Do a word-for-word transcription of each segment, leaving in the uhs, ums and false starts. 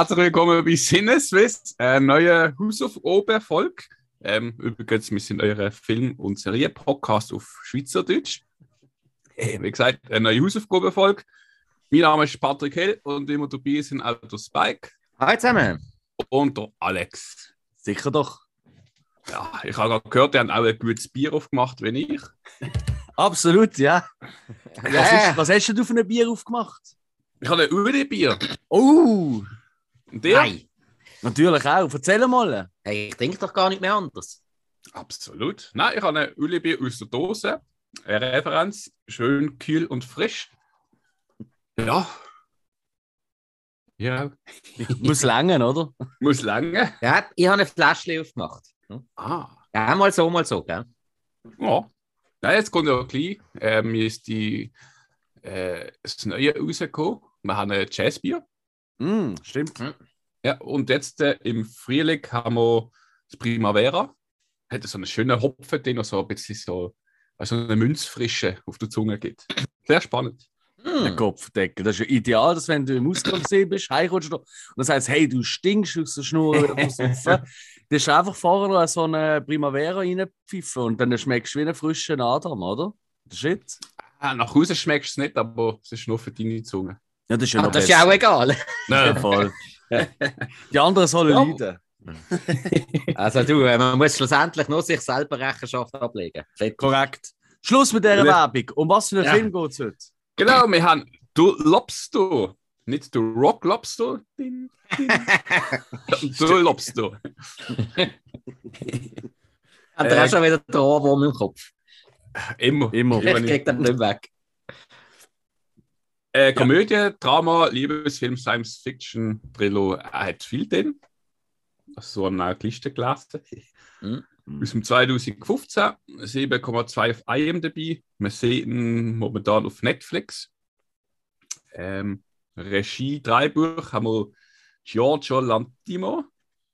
Herzlich willkommen bei Sinneswiss, eine neue Hausaufgaben-Folge. Ähm, übrigens, wir sind euer Film- und Serie-Podcast auf Schweizerdeutsch. Äh, wie gesagt, eine neue Hausaufgaben-Folge. Mein Name ist Patrick Hell und immer dabei sind auch der Spike. Hi zusammen. Und der Alex. Sicher doch. Ja, ich habe gerade gehört, die haben auch ein gutes Bier aufgemacht, wie ich. Absolut, ja. Was, Yeah. ist, was hast denn du für ein Bier aufgemacht? Ich habe ein Uli-Bier. Oh! Und dir? Nein. Natürlich auch. Erzähl mal. Hey, ich denke doch gar nicht mehr anders. Absolut. Nein, ich habe ein Uli-Bier aus der Dose. Eine Referenz. Schön kühl und frisch. Ja. Ja. Muss länger, oder? Muss lange. Ja, ich habe eine Flasche aufgemacht. Ah. Ja, mal so, mal so, gell? Ja. Nein, jetzt kommt ja gleich. Äh, mir ist die, äh, das Neue rausgekommen. Wir haben ein Jazzbier. Mm, stimmt. Ja, und jetzt äh, im Frühling haben wir das Primavera. Hat so einen schönen Hopfen, den noch so ein bisschen so, also eine Münzfrische auf der Zunge gibt. Sehr spannend. Der Kopfdeckel. Das ist ja ideal, dass wenn du im Ausgang gesehen bist, heimkommst und dann sagst, hey, du stinkst aus der Schnur wieder versoffen. Das ist einfach vorher noch so eine Primavera reinpfiffen und dann schmeckst du wie einen frischen Adam, oder? Das ist it. Ah, nach Hause schmeckst du es nicht, aber es ist nur für deine Zunge. Ja, das ist ja Aber noch das ist besser. ja auch egal. Ja, voll. Die anderen sollen Ja. leiden. Also du, äh, man muss schlussendlich nur sich selber Rechenschaft ablegen. Fertig. Korrekt. Schluss mit dieser Ja. Werbung. Um was für einen Ja. Film geht es heute? Genau, wir haben Du Lobster. Nicht Du Rock Lobster. Din, din. Du Lobster. Hat er Äh, auch schon wieder den Ohrwurm im Kopf? Immer. Immer. Immer Ich krieg den nicht weg. Äh, Komödie, Drama, Liebesfilm, Science Fiction, Thriller, er hat viel drin. So eine Liste gelesen. Mhm. Aus dem zwanzig fünfzehn, sieben Komma zwei auf IMDb. Wir sehen ihn momentan auf Netflix. Ähm, Regie, Drehbuch haben wir Giorgio Lanthimos.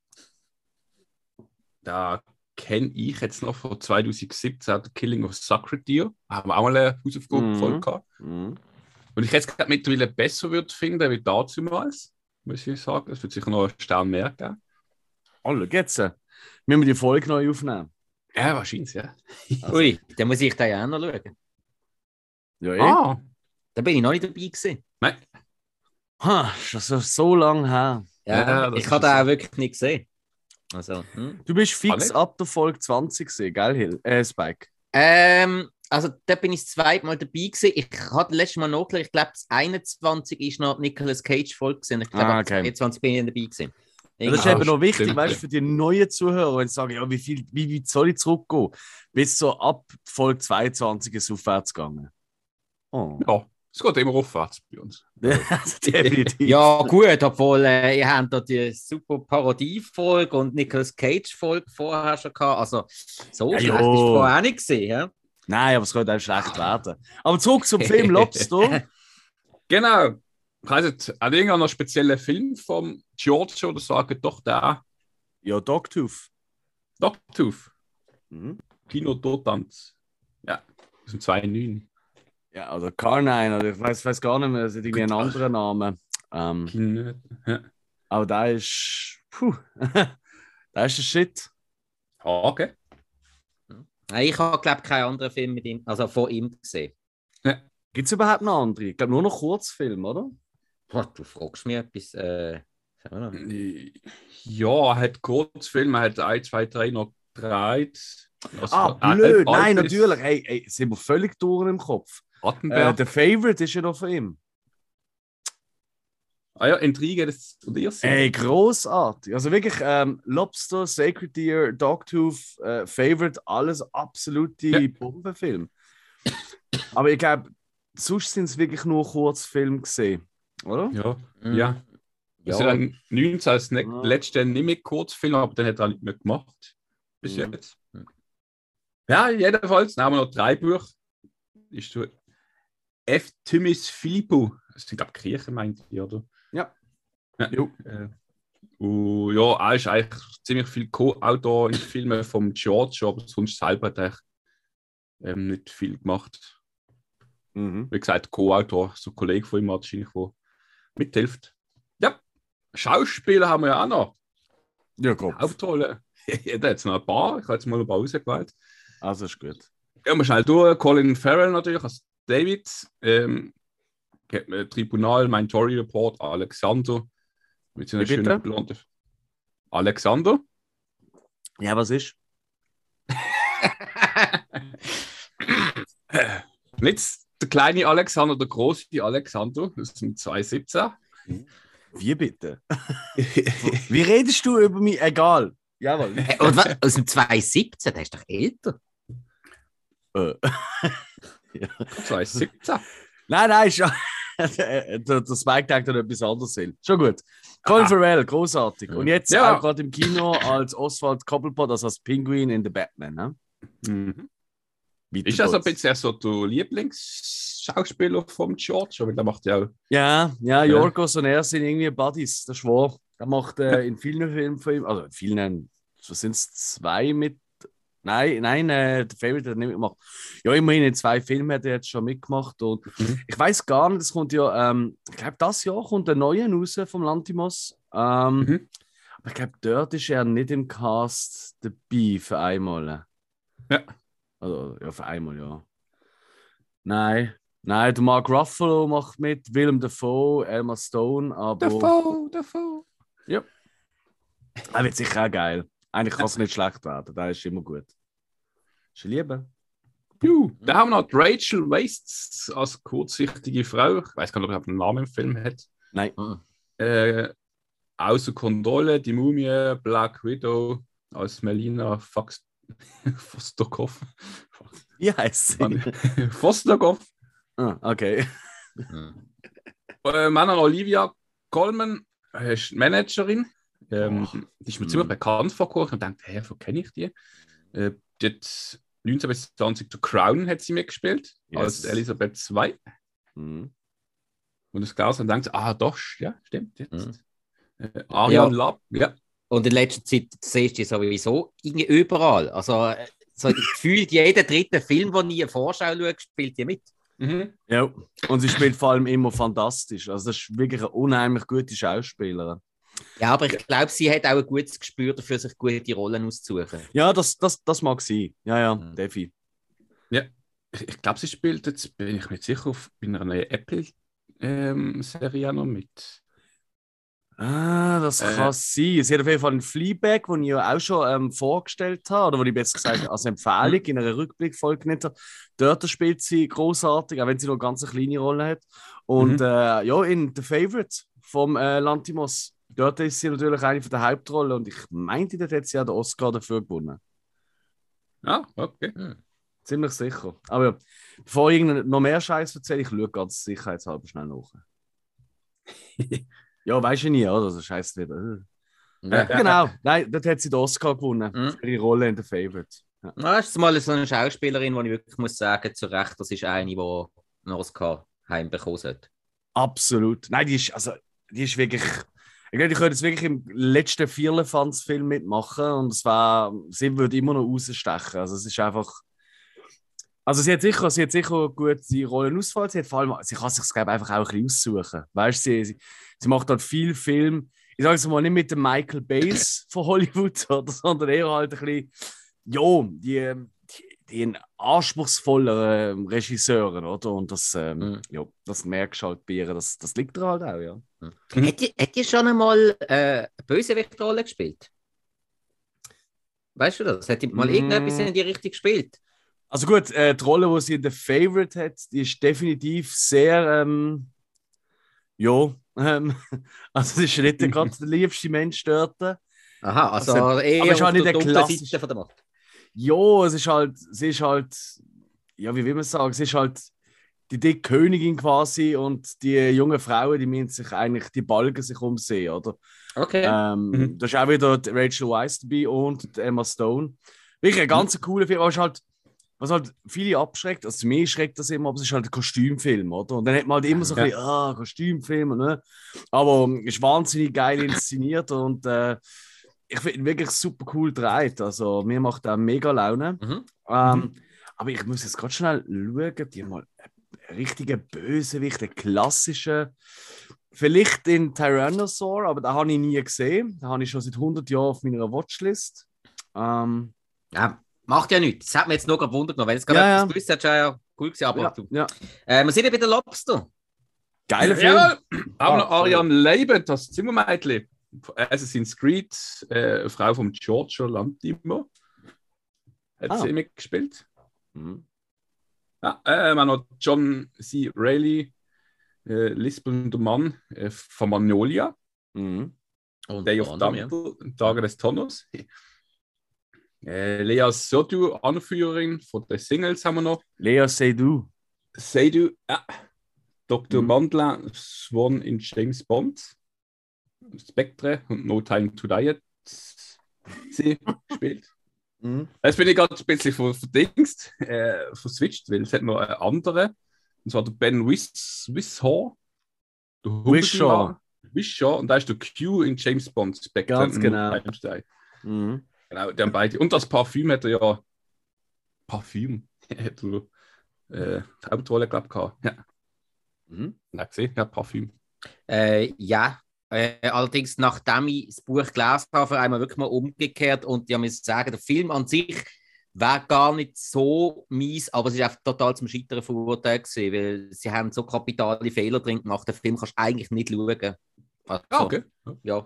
Da kenne ich jetzt noch von zwanzig siebzehn The Killing of Sacred Deer. Haben wir auch mal eine Hausaufgabe Mhm. gehabt. Mhm. Und ich jetzt gerade mittlerweile besser würde finden wie damals, muss ich sagen. Es wird sicher noch einen Stern mehr geben. Oh, schau jetzt. Müssen wir die Folge neu aufnehmen? Ja, wahrscheinlich, ja. Ui, dann muss ich da ja auch noch schauen. Ja, eh. Ah, Da bin ich noch nicht dabei gewesen. nein. Ha, das ist so lange her. Ja, Ja, das ich ist habe den so. auch wirklich nicht gesehen. Also, hm. Du bist fix nicht? ab der Folge zwanzig gesehen, gell, Hill? Äh, Spike. Ähm, also da bin ich das zweite Mal dabei gewesen. Ich hatte letztes Mal nachgeschaut, ich glaube, das einundzwanzig ist noch Nicolas Cage Folge gewesen. Ich glaube, Ah, ab okay. zweiundzwanzig bin ich dabei gewesen. Ja, das ist Ah, eben noch wichtig, stimmt, weißt du, ja. für die neuen Zuhörer, wenn sie sagen, ja, wie, viel, wie weit soll ich zurückgehen? Bis so ab Folge zweiundzwanzig ist es aufwärts gegangen. Oh. Ja, es geht immer aufwärts bei uns. Also, definitiv. Ja, gut, obwohl äh, ihr habt da die super Parodie-Folge und Nicolas Cage-Folge vorher schon gehabt. Also, so Ja, schlecht jo. ist vorher auch nicht gesehen. Ja? Nein, aber es könnte auch schlecht werden. Aber zurück zum Film Lobster. Genau. Ich weiss nicht, hat irgendeinen noch speziellen Film vom Giorgio oder sagen doch der Ja, Dogtooth. Dogtooth, Mhm. Kino Dotanz. Ja, aus dem zweitausendneun. Ja, oder Carnine, oder ich weiß, weiß gar nicht mehr, es hat irgendwie einen anderen Namen. Ähm, Kino. Ja. aber da ist. Puh. Da ist der Shit. Ah, okay. Nein, ich habe, glaube ich, keinen anderen Film mit ihm, also von ihm gesehen. Gibt es überhaupt noch andere? Ich glaube nur noch Kurzfilm, oder? Boah, du fragst mich etwas. Äh, sagen wir noch. Ja, er hat Kurzfilme, er hat eins, zwei, drei noch drei. Also, Ah, äh, blöd. äh, Nein, Altes, natürlich. Hey, hey, sind wir völlig durch im Kopf. Äh, Rattenberg. der Favorite ist ja noch von ihm. Ah ja, Intrige des Studiers. Ey, großartig. Also wirklich, ähm, Lobster, Sacred Deer, Dogtooth, äh, Favorite, alles absolute Ja. Bombenfilm. Aber ich glaube, sonst sind es wirklich nur Kurzfilme gesehen, oder? Ja, Mhm. ja. Ja, Also dann neunzehn als ne Ja. letzte nicht mehr Kurzfilm, aber dann hat er nicht mehr gemacht. Bis Mhm. jetzt. Mhm. Ja, jedenfalls, dann haben wir noch drei Bücher. Ist so F. Timis Philippou. Das sind, glaube ich, Kirchen, meint ihr, oder? Ja. Ja. Jo. Äh, und ja, er ist eigentlich ziemlich viel Co-Autor in Filmen vom George, aber sonst selber hat er ähm, nicht viel gemacht. Mhm. Wie gesagt, Co-Autor, so ein Kollege von ihm wahrscheinlich, der mithilft. Ja, Schauspieler haben wir ja auch noch. Ja, gut. Hauptrolle. Da hat jetzt noch ein paar. Ich habe jetzt mal ein paar rausgewählt. Also ist gut. Gehen wir schnell durch. Colin Farrell natürlich als David. Ähm, Tribunal, Minority Report, Alexander. Mit so einer Wie bitte? schönen blonden. Alexander. Ja, was ist? Nicht der kleine Alexander, der große Alexander. Das sind zwanzig siebzehn. Wie bitte? Wie redest du über mich? Egal. Jawohl. Hey, und was? Aus dem zwanzig siebzehn, der ist doch älter. Äh. zwanzig siebzehn. Nein, nein, schon. der, der Spike denkt an etwas anderes. Hin. Schon gut. Colin Farrell, großartig. Und jetzt Ja. auch gerade im Kino als Oswald Cobblepot, also als Penguin in The Batman. Ne? Mhm. Weiter Ist das ein geht's. bisschen so der Lieblingsschauspieler vom George? Weil der macht ja auch. Ja, ja, Yorgos und er sind irgendwie Buddies, das ist wahr. Er macht äh, in vielen Filmen von ihm, also in vielen, was sind es, zwei mit. Nein, nein, äh, der Favorite hat nicht mitgemacht. Ja, immerhin in zwei Filmen hat er jetzt schon mitgemacht. Und Mhm. ich weiß gar nicht, es kommt ja, ähm, ich glaube, das Jahr kommt der neue raus vom Lantimos. Ähm, Mhm. Aber ich glaube, dort ist er nicht im Cast dabei für einmal. Ja. Also, ja, für einmal, ja. Nein, nein, der Mark Ruffalo macht mit, Willem Dafoe, Emma Stone, aber Dafoe, Dafoe. er wird sicher auch geil. Eigentlich kann es nicht schlecht werden, da ist immer gut. Ist eine Liebe. Juhu. Da haben wir noch Rachel Weisz als kurzsichtige Frau. Ich weiß gar nicht, ob er einen Namen im Film hat. Nein. Mhm. Äh, außer Kontrolle, die Mumie, Black Widow als Melina Fox Vostokov. Wie heißt sie? Vostokov. Ah, okay. Mhm. Äh, Männer Olivia Colman äh, ist Managerin. Ähm, Oh. Die ist mir Mhm. ziemlich bekannt vorgekommen. Ich dachte, hä, wo kenne ich die? Äh, die hat neunzehn bis zwanzig The Crown hat sie mitgespielt, Yes. als Elisabeth der Zweite. Mhm. Und das Glas und denkt, ah doch, ja, stimmt. Jetzt. Mhm. Äh, Ariane Lab, ja. Und in letzter Zeit siehst du die sowieso irgendwie überall. Also, äh, so gefühlt jeder dritte Film, der nie eine Vorschau schaut, spielt die mit. Mhm. Ja, und sie spielt vor allem immer fantastisch. Also, das ist wirklich eine unheimlich gute Schauspielerin. Ja, aber ich glaube, sie hat auch ein gutes Gespür dafür, sich gute Rollen auszusuchen. Ja, das, das, das mag sein. Ja, ja, Mhm. Defi. Ich, ich glaube, sie spielt jetzt, bin ich mir sicher, auf bei einer neuen Apple-Serie noch mit. Ah, das Äh. kann sein. Sie hat auf jeden Fall einen Fleabag, den ich ja auch schon ähm, vorgestellt habe, oder wo ich besser gesagt als Empfehlung in einer Rückblickfolge genannt habe. Dort spielt sie großartig, auch wenn sie noch eine ganz kleine Rolle hat. Und Mhm. äh, ja, in The Favourite vom äh, Lantimos, dort ist sie natürlich eine von der Hauptrollen und ich meinte, dort hat sie ja den Oscar dafür gewonnen. Ah, okay. Ziemlich sicher. Aber ja, bevor ich Ihnen noch mehr Scheiß erzähle, ich schaue ganz sicherheitshalber schnell nach. Ja, weiß ich nie, oder? Das heisst wieder. Äh. Ja. Ja, genau, nein, dort hat sie den Oscar gewonnen Mhm. für ihre Rolle in The Favourite. Ja. Das ist mal so eine Schauspielerin, die ich wirklich muss sagen, zu Recht, das ist eine, die einen Oscar heimbekommen hat. Absolut. Nein, die ist, also, die ist wirklich. Ich glaube, die könnte jetzt wirklich im letzten Vierlefanz-Film mitmachen und es war, sie würde immer noch rausstechen. Also, es ist einfach. Also, sie hat sicher, sie hat sicher gute Rollenauswahl. Sie hat vor allem, sie kann sich glaube ich, einfach auch ein bisschen aussuchen. Weißt du, sie, sie, sie macht halt viel Film. Ich sage es mal nicht mit dem Michael Bays von Hollywood, oder, sondern eher halt ein bisschen, ja, die, die, die anspruchsvolleren Regisseuren, oder? Und das, ähm, Mhm. ja, das merkst du halt bei ihr, das, das liegt dir halt auch, ja. Mhm. Hat die, hat die schon einmal äh, eine Bösewichtrolle gespielt? Weißt du das? Hat die mal Mm. irgendetwas in die Richtung gespielt? Also gut, äh, die Rolle, die sie in The Favourite hat, die ist definitiv sehr, ähm, ja, ähm, also sie ist nicht gerade der liebste Mensch dort. Aha, also, Also, eher aber ist auf auch nicht der der dunklen klassische- Seite von der Macht. Ja, es ist halt, sie ist halt, ja, wie will man sagen, sie ist halt die dicke Königin quasi und die jungen Frauen, die müssen sich eigentlich, die balgen sich umsehen, oder? Okay. Ähm, Mhm. Da ist auch wieder die Rachel Weisz dabei und die Emma Stone. Wirklich ein ganz cooler Film, aber es ist halt, was halt viele abschreckt, also mich schreckt das immer, aber es ist halt ein Kostümfilm, oder? Und dann hat man halt immer so ein Ja. bisschen, ah, Kostümfilm, ne? Aber ähm, ist wahnsinnig geil inszeniert und äh, ich finde ihn wirklich super cool gedreht. Also mir macht er mega Laune. Mhm. Ähm, aber ich muss jetzt gerade schnell schauen, die haben mal einen richtigen Bösewicht, einen klassischen. Vielleicht in Tyrannosaur, aber den habe ich nie gesehen. Den habe ich schon seit hundert Jahren auf meiner Watchlist. Ähm, Ja, macht ja nichts. Das hat mir jetzt noch gewundert, weil es gerade Ja, etwas ja. gewusst hat, schon ja cool gewesen, aber ja, du. ja. Äh, wir sind ja bei der Lobster. Geiler Film. Ja, haben wir Ah, sorry. Ariane Leibert, das Zimmermädchen. Assassin's Creed, äh, eine Frau von Giorgio Lanthimos. Hat Ah. sie mitgespielt. Mhm. Ja, äh, wir haben noch John C. Reilly, äh, lispelnder Mann äh, von Magnolia, Mhm. Und Day of anderem, ja. Thunder, Tage des Donners. Äh, Lea Seydoux, Anführerin von den Singles haben wir noch. Lea Seydoux. Seydoux, ja. Doktor Mhm. Mandler, Swan in James Bond. Spectre und No Time to Die hat sie gespielt. Mhm. Jetzt bin ich gerade ein bisschen ver- verdingst, äh, verswitcht, weil es hat noch einen anderen. Und zwar der Ben Wiss, Wishaw. Der Wishaw. Wishaw. Und da ist der Q in James Bond. Spectre Ganz und genau. No Time to Die. Mhm. Genau, die haben beide. Und das Parfüm hat er ja. Parfüm. hat er äh, die Hauptrolle, glaube ich, gehabt. Ja. Mhm. Ja, gesehen, ja, Parfüm. Äh, ja, äh, allerdings nachdem ich das Buch gelesen habe, einmal wirklich mal umgekehrt und ich muss sagen, der Film an sich wäre gar nicht so mies, aber es ist einfach total zum Scheitern verurteilt gewesen, weil sie haben so kapitale Fehler drin gemacht, den Film kannst du eigentlich nicht schauen. Also, Ah, okay. ja.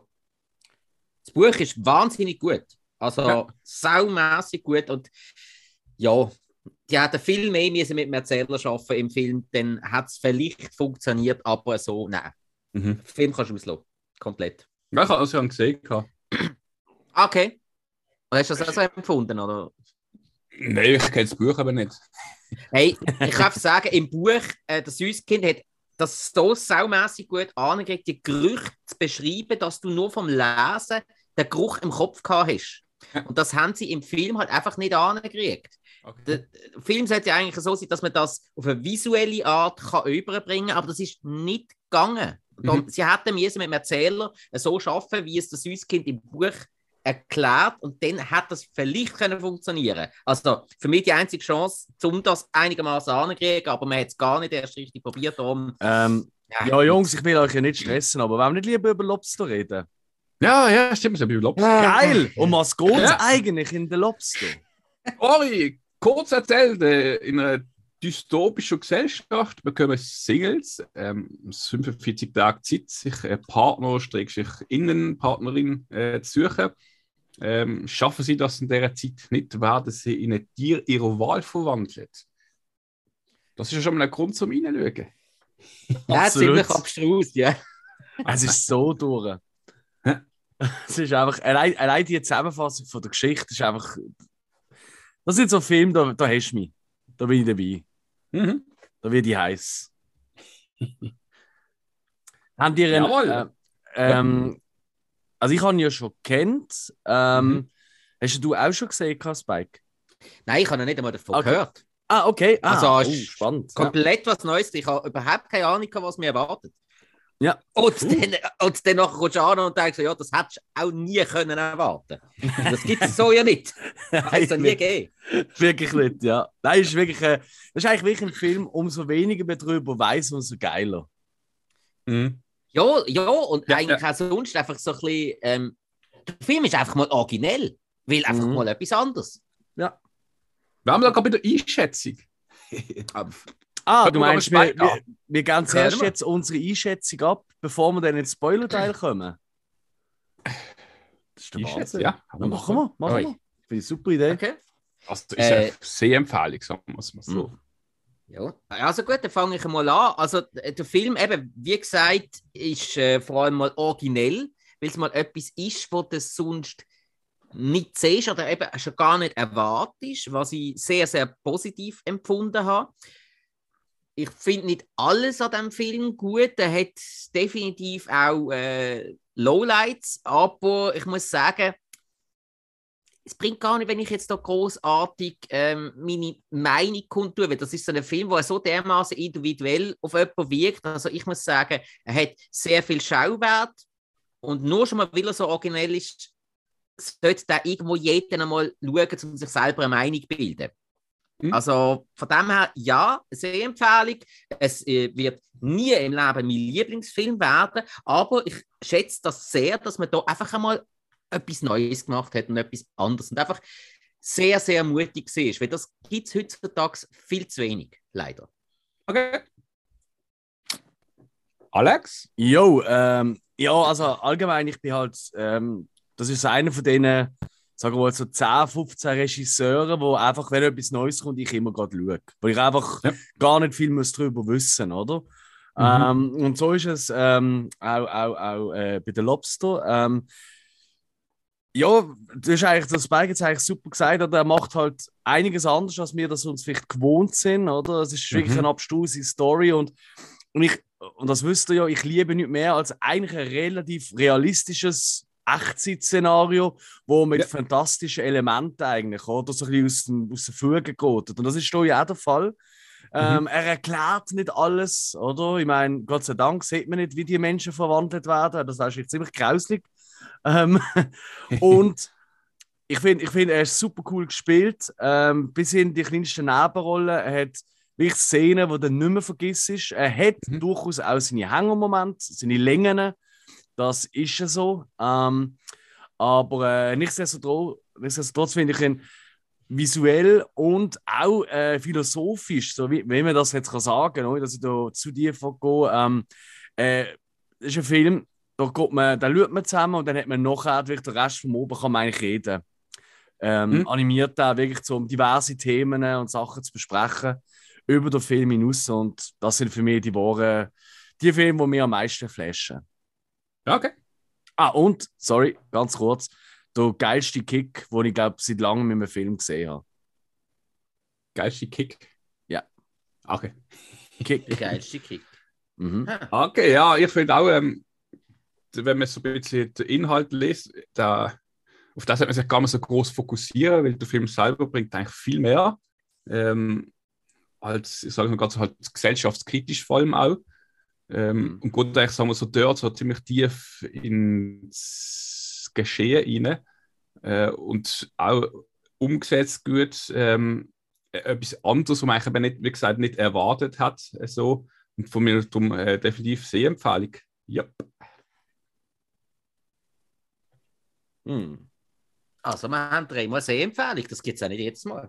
Das Buch ist wahnsinnig gut, also Ja. saumässig gut und ja, die hätten viel mehr müssen mit dem Erzähler arbeiten im Film, dann hat es vielleicht funktioniert, aber so, nein. Mhm. Den Film kannst du auslassen. Komplett. Ja, ich habe es ja gesehen. gehabt. Okay. Und hast du das auch so empfunden, oder? Nein, ich kenne das Buch aber nicht. Hey, ich kann einfach sagen, im Buch, äh, das Süßkind hat das so saumässig gut angekriegt, die Gerüche zu beschreiben, dass du nur vom Lesen den Geruch im Kopf gehabt hast. Und das haben sie im Film halt einfach nicht angekriegt. Okay. Der der Film sollte ja eigentlich so sein, dass man das auf eine visuelle Art kann überbringen kann, aber das ist nicht gegangen. Da- Mhm. Sie hätten müssen mit dem Erzähler so schaffen, wie es das Süßkind im Buch erklärt, und dann hat das vielleicht können funktionieren. Also für mich die einzige Chance, um das einigermaßen anzukriegen, aber man hat es gar nicht erst richtig probiert. Darum, Ähm, ja, ja, Jungs, ich will euch ja nicht stressen, aber wollen wir nicht lieber über Lobster reden? Ja, ja, stimmt. So bei Lobster. Geil! Um was geht es Ja. eigentlich in der Lobster? Ori, kurz erzählt, äh, in einer dystopischen Gesellschaft bekommen Singles ähm, fünfundvierzig Tage Zeit, sich einen Partner, sich Innenpartnerin äh, zu suchen. Ähm, schaffen sie das in dieser Zeit nicht, werden sie in ein Tier ihrer Wahl verwandelt. Das ist ja schon mal ein Grund zum Reinschauen. ja, Absolut. ziemlich abstrus, ja. Es ist so durch. Hä? Es ist einfach, allein, allein die Zusammenfassung von der Geschichte ist einfach. Das sind so Filme, da, da hast du mich. Da bin ich dabei. Mhm. Da wird ich heiß. Habt ihr einen, Jawohl. äh, ähm, also ich habe ihn ja schon kennt. Ähm, Mhm. Hast du auch schon gesehen, Spike? Nein, ich habe noch nicht einmal davon Okay. gehört. Ah, okay. Ah, Also, oh, ist spannend. Ja. Komplett was Neues. Ich habe überhaupt keine Ahnung, was mir erwartet. Ja. Und, dann, und dann nachher kommst du an und denkst, ja, das hättest du auch nie können erwarten. Das gibt es so ja nicht. Das hat es ja nie gegeben. Wirklich nicht, ja. Nein, ist wirklich, äh, das ist eigentlich wirklich ein Film, umso weniger man darüber weiß, umso geiler. Mhm. Ja, ja, und Ja, eigentlich ja. auch sonst einfach so ein bisschen, ähm, der Film ist einfach mal originell, weil einfach Mhm. mal etwas anderes. Ja. Wir haben da gerade bei der Einschätzung. Aber, Ah, Können du wir meinst, mal wir, Spike wir, wir gehen Können zuerst wir? jetzt unsere Einschätzung ab, bevor wir dann ins Spoiler-Teil kommen? Das ist der Einschätzung, Wahnsinn. ja. Ja, machen wir, machen Oi. wir. Finde ich eine super Idee. okay. Also, das ist Äh, eine Sehempfehlung, sagen wir es mal so. Mhm. Ja, also gut, dann fange ich mal an. Also der Film, eben, wie gesagt, ist äh, vor allem mal originell, weil es mal etwas ist, was du sonst nicht siehst oder eben schon gar nicht erwartest, was ich sehr, sehr positiv empfunden habe. Ich finde nicht alles an diesem Film gut. Er hat definitiv auch äh, Lowlights, aber ich muss sagen, es bringt gar nicht, wenn ich jetzt da großartig ähm, meine Meinung kundtue, weil das ist so ein Film, der so dermaßen individuell auf jemanden wirkt. Also ich muss sagen, er hat sehr viel Schauwert und nur schon mal, weil er so originell ist, sollte da irgendwo jeder einmal schauen, um sich selber eine Meinung zu bilden. Mhm. Also von dem her, ja, eine Sehempfehlung. Es äh, wird nie im Leben mein Lieblingsfilm werden, aber ich schätze das sehr, dass man da einfach einmal etwas Neues gemacht hat und etwas anderes und einfach sehr, sehr mutig war, weil das gibt es heutzutage viel zu wenig, leider. Okay. Alex? Jo, ähm, ja, also allgemein, ich bin halt, ähm, das ist so einer von denen, sagen wir mal so zehn, fünfzehn Regisseuren, wo einfach, wenn etwas Neues kommt, ich immer gerade schaue. Weil ich einfach ja. gar nicht viel muss darüber wissen, oder? Mhm. Ähm, und so ist es ähm, auch, auch, auch äh, bei der Lobster. Ähm, ja, du hast eigentlich, das Spike jetzt eigentlich super gesagt, oder? Er macht halt einiges anders, als wir das uns vielleicht gewohnt sind, oder? Es ist wirklich mhm. eine abstruse Story und, und ich, und das wisst ihr ja, ich liebe nicht mehr als eigentlich ein relativ realistisches Echtzeit-Szenario, wo mit ja. fantastischen Elementen eigentlich, oder? So ein bisschen aus, dem, aus der Fuge geht. Und das ist hier ja auch der Fall. Mhm. Ähm, er erklärt nicht alles, oder? Ich meine, Gott sei Dank sieht man nicht, wie die Menschen verwandelt werden. Das ist jetzt ziemlich grauslig. Ähm, und ich finde, ich find, er ist super cool gespielt. Ähm, bis hin die kleinsten Nebenrollen. Er hat wirklich Szenen, die du nicht mehr vergisst. Er hat mhm. durchaus auch seine Hängermomente, seine Längen. Das ist ja so. Ähm, aber äh, nichtsdestotrotz, nichtsdestotrotz finde ich ihn visuell und auch äh, philosophisch, so wie, wie man das jetzt kann sagen kann, dass ich da zu dir vorgehe. Ähm, äh, das ist ein Film, da, geht man, da schaut man zusammen und dann hat man nachher wirklich den Rest vom Oben kann man eigentlich reden. Ähm, mhm. Animiert da wirklich so, um diverse Themen und Sachen zu besprechen über den Film hinaus und das sind für mich die wahren, die Filme, die mir am meisten flashen. Okay. Ah, und, sorry, ganz kurz, der geilste Kick, den ich glaube seit langem in einem Film gesehen habe. Geilste Kick? Ja. Okay. Kick. Der geilste Kick. Mhm. Okay, ja, ich finde auch, ähm, wenn man so ein bisschen den Inhalt liest, da, auf das hat man sich gar nicht so groß fokussieren, weil der Film selber bringt eigentlich viel mehr. Ähm, als, ich sage mal ganz halt gesellschaftskritisch vor allem auch. Ähm, mhm. Und geht eigentlich, sagen wir so, dort so ziemlich tief ins Geschehen rein. Äh, und auch umgesetzt gut, ähm, etwas anderes, was man eigentlich nicht, wie gesagt, nicht erwartet hat. Äh, so. Und von mir darum äh, definitiv Sehempfehlung. Yep. Mhm. Also, wir haben dreimal Sehempfehlung, das gibt es auch nicht jedes Mal.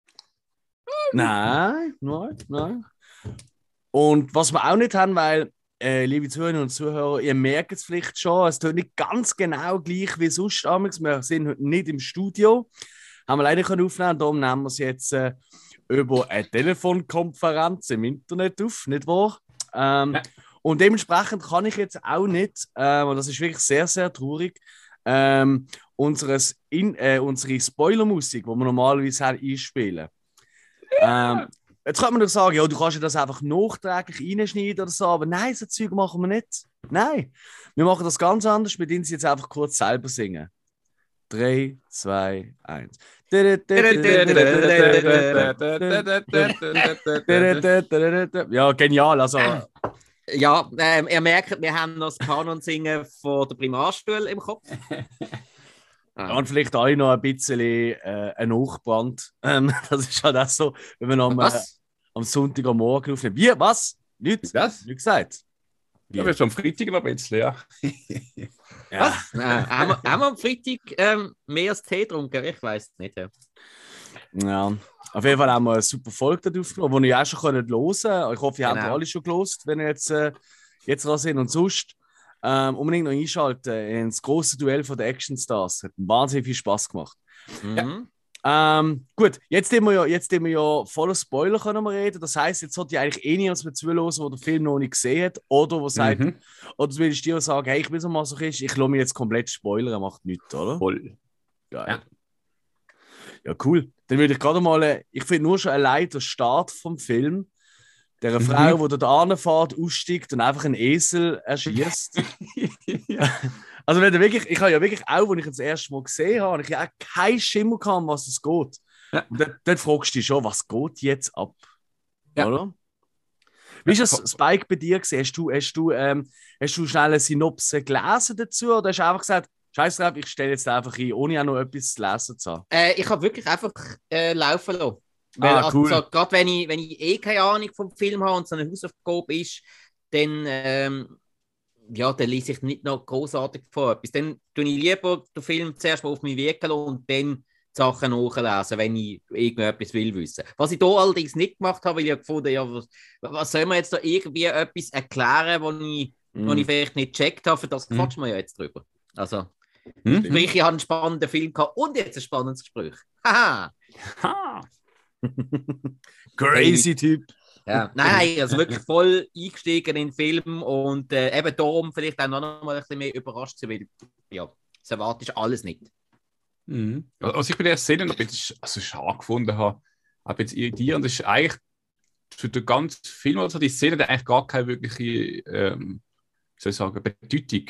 Nein, nein, nein. Und was wir auch nicht haben, weil, äh, liebe Zuhörerinnen und Zuhörer, ihr merkt es vielleicht schon, es tut nicht ganz genau gleich wie sonst. Wir sind heute nicht im Studio, haben wir leider nicht aufnehmen, darum nehmen wir es jetzt äh, über eine Telefonkonferenz im Internet auf, nicht wahr? Ähm, ja. Und dementsprechend kann ich jetzt auch nicht, äh, und das ist wirklich sehr, sehr traurig, ähm, unseres in, äh, unsere Spoilermusik, die wir normalerweise einspielen. Ja. Ähm, jetzt könnte man doch sagen, ja, du kannst ja das einfach nachträglich reinschneiden oder so, aber nein, so Zeug machen wir nicht. Nein, wir machen das ganz anders, wir dürfen sie jetzt einfach kurz selber singen. drei, zwei, eins. Ja, genial, also... Ja, ähm, ihr merkt, wir haben noch das Kanon-Singen von der Primarschule im Kopf. Ah. Und vielleicht auch noch ein bisschen äh, ein Nachbrand. Ähm, das ist halt auch so, wenn man am, äh, am Sonntag am Morgen aufnimmt. Wie? Was? Nicht? Was? Nicht gesagt. Wie? Ja, wir sind am Freitag noch ein bisschen, ja. Ja. Was? Nein, haben, wir, haben wir am Freitag ähm, mehr als Tee getrunken? Ich weiß es nicht. Ja. ja. Auf jeden Fall haben wir eine super Folge dort aufgenommen, die ihr auch schon hören könnt. Ich hoffe, ihr genau. habt alle schon gehört, wenn ihr jetzt, äh, jetzt dran seid. Und sonst ähm, unbedingt noch einschalten ins grosse Duell von den Actionstars. Hat wahnsinnig viel Spass gemacht. Mhm. Ja. Ähm, gut, jetzt haben wir ja, jetzt wir ja voller Spoiler können wir reden. Das heisst, jetzt sollte ich eigentlich eh niemand mehr zuhören, der den Film noch nicht gesehen hat. Oder wo sagt, mhm. oder du willst dir sagen, hey, ich bin so masochistisch, ich lasse mich jetzt komplett spoilern, macht nichts, oder? Voll. Geil. Ja. Ja, cool. Dann würde ich gerade mal, ich finde nur schon allein der Start vom Film, der mhm. Frau, die da anfährt, aussteigt und einfach einen Esel erschießt. Ja. Also wenn du wirklich, ich habe ja wirklich auch, als ich das erste Mal gesehen habe, ich ja auch keinen Schimmer gehabt, um was es geht. Ja. Und dann, dann fragst du dich schon, was geht jetzt ab? Ja. Oder? Wie ist das, Spike, bei dir gesehen? Hast du, hast du, ähm, hast du schnell eine Synopse gelesen dazu oder hast du einfach gesagt, Scheiß drauf, ich stelle jetzt einfach ein, ohne auch noch etwas zu lesen zu haben? Äh, ich habe wirklich einfach äh, laufen lassen. Weil, ah, cool. Also, gerade wenn ich, wenn ich eh keine Ahnung vom Film habe und so eine Hausaufgabe ist, dann, ähm, ja, dann lese ich nicht noch großartig vor etwas. Dann tue ich lieber den Film zuerst mal auf mich wirken und dann die Sachen nachlesen, wenn ich irgendetwas will wissen. Was ich hier allerdings nicht gemacht habe, weil ich gefunden ja, was, was soll man jetzt da irgendwie etwas erklären, wo ich, mm. wo ich vielleicht nicht gecheckt habe, für das quatschen mm. wir ja jetzt drüber. Also, mm. sprich, ich habe einen spannenden Film gehabt und jetzt ein spannendes Gespräch. Haha! Crazy Typ. Ja, nein, also wirklich voll eingestiegen in den Film und äh, eben darum vielleicht auch noch mal ein bisschen mehr überrascht zu werden, weil ja, das erwartest du alles nicht. Mhm. Also ich bin der Szene ein bisschen also schade gefunden habe, habe jetzt irritierend, das ist eigentlich für den ganzen Film, also die Szene hat eigentlich gar keine wirkliche, ähm, wie soll ich sagen, Bedeutung.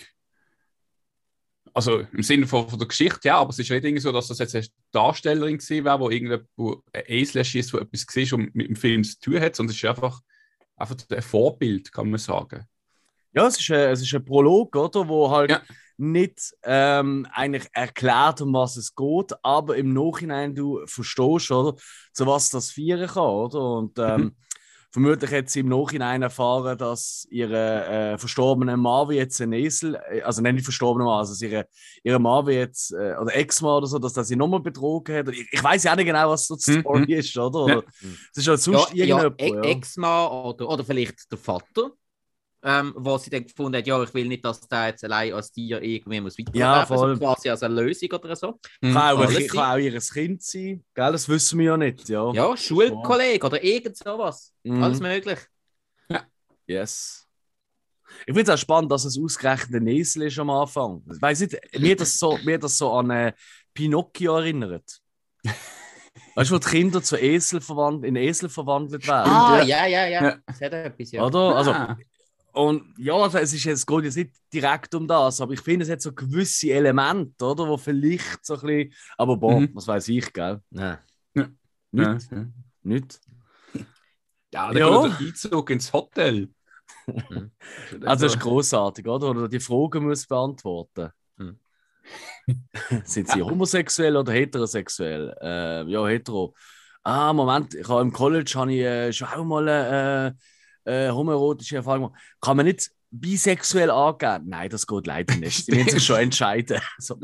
Also im Sinne von, von der Geschichte, ja, aber es ist nicht irgendwie so, dass das jetzt eine Darstellerin gewesen wäre, wo irgendwo ein Esel schießt, wo etwas gesehen und mit dem Film zu tun hat, sondern es ist einfach, einfach ein Vorbild, kann man sagen. Ja, es ist ein, es ist ein Prolog, oder, wo halt ja. nicht ähm, eigentlich erklärt, um was es geht, aber im Nachhinein du verstehst, oder, zu was das feiern kann, oder? Und ähm, mhm. vermutlich hat sie im Nachhinein erfahren, dass ihre äh, verstorbene Mann wie jetzt ein Esel, also nicht verstorbene Mann, also ihre, ihre Mann wie jetzt, äh, oder Ex-Mann oder so, dass er sie nochmal betrogen hat. Ich, ich weiß ja auch nicht genau, was so die Story mhm. ist, oder? oder ja. Es ist halt sonst ja, irgendjemand. Ja, ja. Ex-Mann oder, oder vielleicht der Vater. Ähm, wo sie dann gefunden hat, ja, ich will nicht, dass der jetzt allein als Tier irgendwie muss weiterleben, ja, voll. So quasi als eine Lösung oder so. Mhm. Kann, auch, ich, kann auch ihr Kind sein, gell? Das wissen wir ja nicht. Ja, ja Schulkollege oder irgend sowas. Mhm. Alles möglich. Ja. Yes. Ich finde es auch spannend, dass es ausgerechnet ein Esel ist am Anfang. Ich weiss nicht, mir das so, mir das so an äh, Pinocchio erinnert. Weißt du, wo die Kinder zu Esel verwandelt, in Esel verwandelt werden? Ah, ja, ja, ja. ja. Das hat etwas, ja. Oder? Also, ah. Und ja, also es, ist jetzt, es geht jetzt nicht direkt um das, aber ich finde, es hat so gewisse Elemente, oder, wo vielleicht so ein bisschen, aber boah, mhm. was weiß ich, gell? Nein. Ja. Nicht? Ja. Nicht? Ja, dann ja. kommt der Einzug ins Hotel. Also das ist grossartig, oder? Oder die Frage muss beantworten. Mhm. Sind sie homosexuell oder heterosexuell? Äh, ja, hetero. Ah, Moment, ich habe im College habe ich äh, schon auch mal äh, Äh, homoerotische Erfahrung. Kann man nicht bisexuell angeben? Nein, das geht leider nicht. Sie müssen sich schon entscheiden. So,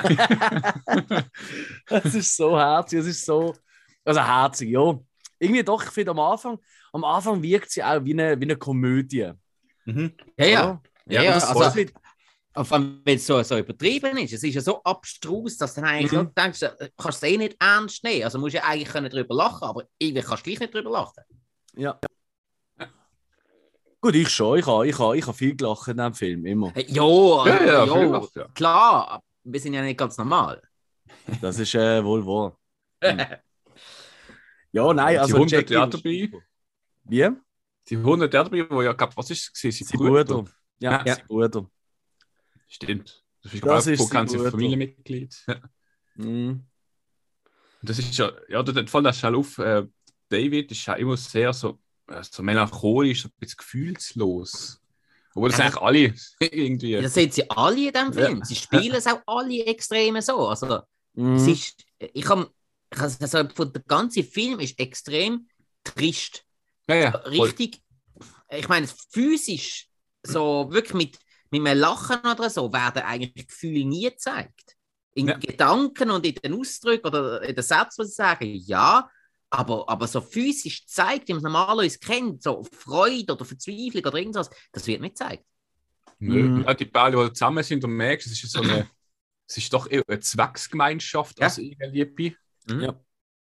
das ist so herzig, es ist so. Also herzig, ja. Irgendwie doch, ich finde am Anfang, am Anfang wirkt sie auch wie eine, wie eine Komödie. Mhm. Ja, ja. ja, ja also, also, vor allem, wenn es so, so übertrieben ist. Es ist ja so abstrus, dass du dann eigentlich mhm. denkst, du kannst es eh nicht ernst nehmen. Also musst du ja eigentlich darüber lachen, aber irgendwie kannst du gleich nicht darüber lachen. Ja. Gut, ich schon. Ich habe ich ha, ich ha viel gelacht in diesem Film, immer. Hey, jo, ja, ja, jo, gelacht, ja, klar. Wir sind ja nicht ganz normal. Das ist äh, wohl wahr. Ja, nein, also... Die hundert Jahre dabei. Wie? Die hundert Jahre dabei, wo ja, glaub, was ist es? Sein Bruder. Bruder. Ja, ja, sein Bruder. Stimmt. Das ist, das glaub, ist sein Bruder. Familienmitglied. Mhm. Das ist ja... Ja, du fällt das schon auf. Äh, David ist ja immer sehr so... so melancholisch, ein bisschen gefühlslos. Obwohl das ja, eigentlich alle irgendwie... Das sehen sie alle in diesem Film. Ja. Sie spielen es auch alle extrem so. Also, mm. es ist, ich habe... Also, der ganze Film ist extrem trist. Ja, ja, richtig... Ich meine, physisch, so wirklich mit, mit einem Lachen oder so, werden eigentlich Gefühle nie gezeigt. In ja. Gedanken und in den Ausdrücken oder in den Sätzen, was sie sagen, ja... Aber, aber so physisch zeigt, wie man es normalerweise kennt, so Freude oder Verzweiflung oder irgendwas, das wird nicht gezeigt. Mhm. Ja, die Bälle, die zusammen sind und merkst, es ist so eine, es ist doch eher eine Zwecksgemeinschaft ja. als irgendeine Liebe. Mhm. Ja.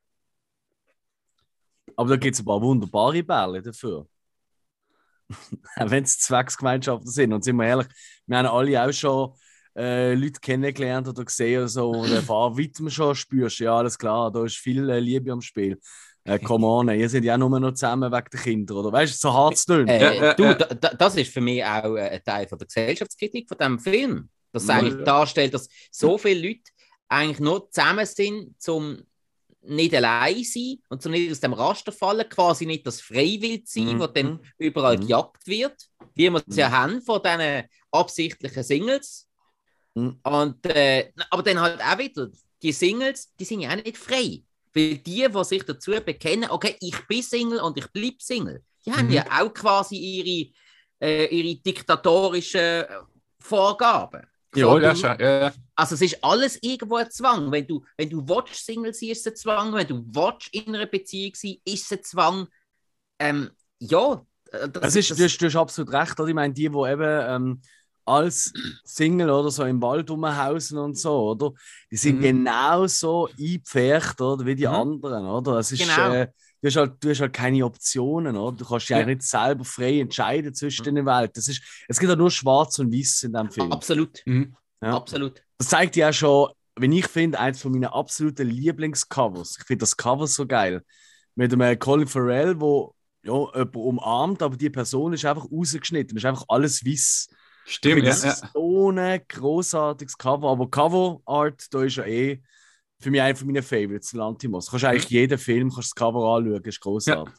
Aber da gibt es ein paar wunderbare Bälle dafür. Wenn es Zwecksgemeinschaften sind. Und sind wir ehrlich, wir haben alle auch schon Äh, Leute kennengelernt oder gesehen oder so und erfahren, wie du schon spürst, ja, alles klar, da ist viel äh, Liebe am Spiel. Äh, come on, ihr seid ja nur noch zusammen wegen der Kinder, oder? Weißt du, so hart zu tun. Äh, äh, du, da, das ist für mich auch äh, ein Teil von der Gesellschaftskritik von diesem Film. Das ja, eigentlich ja. darstellt, dass so viele Leute eigentlich nur zusammen sind, um nicht allein zu sein und zum nicht aus dem Raster fallen, quasi nicht das Freiwild sein, mhm. wo dann überall mhm. gejagt wird, wie wir es ja mhm. haben von diesen absichtlichen Singles. Mhm. Und, äh, aber dann halt auch wieder, die Singles, die sind ja auch nicht frei. Weil die, die sich dazu bekennen, okay, ich bin Single und ich bleibe Single, die mhm. haben ja auch quasi ihre äh, ihre diktatorischen Vorgaben. Ja, So, ja, du- schon, ja, ja. Also es ist alles irgendwo ein Zwang. Wenn du, wenn du willst, Single sein, ist es ein Zwang. Wenn du willst, in einer Beziehung sein, ist es ein Zwang. Ähm, ja, äh, das, Das ist, das, du, hast, du hast absolut recht, oder? Ich meine, die, die eben ähm, als Single oder so im Wald rumhausen und so, oder? Die sind Mhm. genauso eingepfercht, oder? Wie die Mhm. anderen, oder? Es ist, Genau. äh, du, hast halt, du hast halt keine Optionen, oder? Du kannst dich Ja. eigentlich nicht selber frei entscheiden zwischen den Welten. Das ist, es gibt ja nur Schwarz und Weiß in diesem Film. absolut. Mhm. Ja. Absolut. Das zeigt ja auch schon, wenn ich finde, eins von meinen absoluten Lieblingscovers. Ich finde das Cover so geil. Mit einem Colin Farrell, wo ja, jemand umarmt, aber die Person ist einfach rausgeschnitten. Das ist einfach alles weiß. Ich Stimmt, finde, ja, das ja. ist so ein großartiges Cover. Aber Cover Art, da ist ja eh für mich einer von meinen Favorites, Lantimos. Du kannst eigentlich jeden Film kannst das Cover anschauen, ist großartig.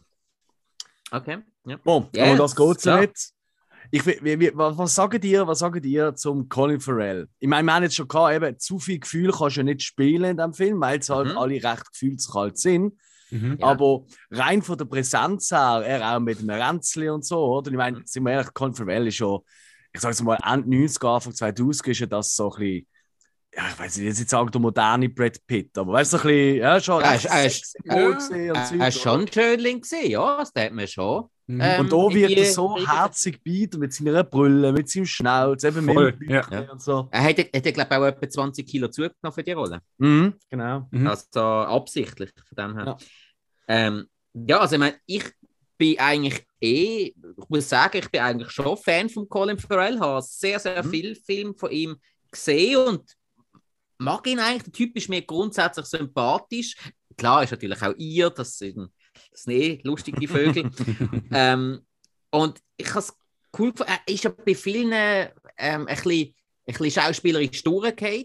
Okay. Ja. Bon, Ja, aber das geht so klar. nicht. Ich, wie, wie, was, was sagt ihr, was sagt ihr zum Colin Farrell? Ich meine, wir haben jetzt schon gehabt, eben, zu viel Gefühl kannst du ja nicht spielen in diesem Film, weil sie halt Mhm. alle recht gefühlskalt sind. Mhm. Ja. Aber rein von der Präsenz her, er auch mit dem Ränzli und so, oder? Ich meine, sind wir ehrlich, Colin Farrell ist schon, ich sage es mal, Ende neunziger, Anfang zweitausend ist ja das so ein bisschen, ja, ich weiß nicht, jetzt sagen der moderne Brad Pitt, aber weißt du, so ein bisschen, ja, schon Ja, recht er ist- sexy ja, wohl gesehen und Er Zeug, war oder? schon ein Schönling gesehen, ja, das hat man schon. Mhm. Ähm, Und da in wird die er so Richtung- herzig bieten mit seiner Brille, mit seinem Schnauz, eben Voll, mit dem ja. Bückli und so. Er hat, hat glaube ich, auch etwa zwanzig Kilo zugenommen für die Rolle. Mhm, genau. Mhm. Also absichtlich von dem her. Ja. Ähm, ja, also ich meine, ich bin eigentlich eh, ich muss sagen, ich bin eigentlich schon Fan von Colin Farrell, habe sehr, sehr Mhm. viele Filme von ihm gesehen und mag ihn eigentlich. Der Typ ist mir grundsätzlich sympathisch. Klar, ist natürlich auch ihr, das sind, das sind eh lustige die Vögel. ähm, und ich habe es cool gefunden, er ist ja bei vielen ähm, ein, bisschen, ein bisschen schauspielerisch durchgefallen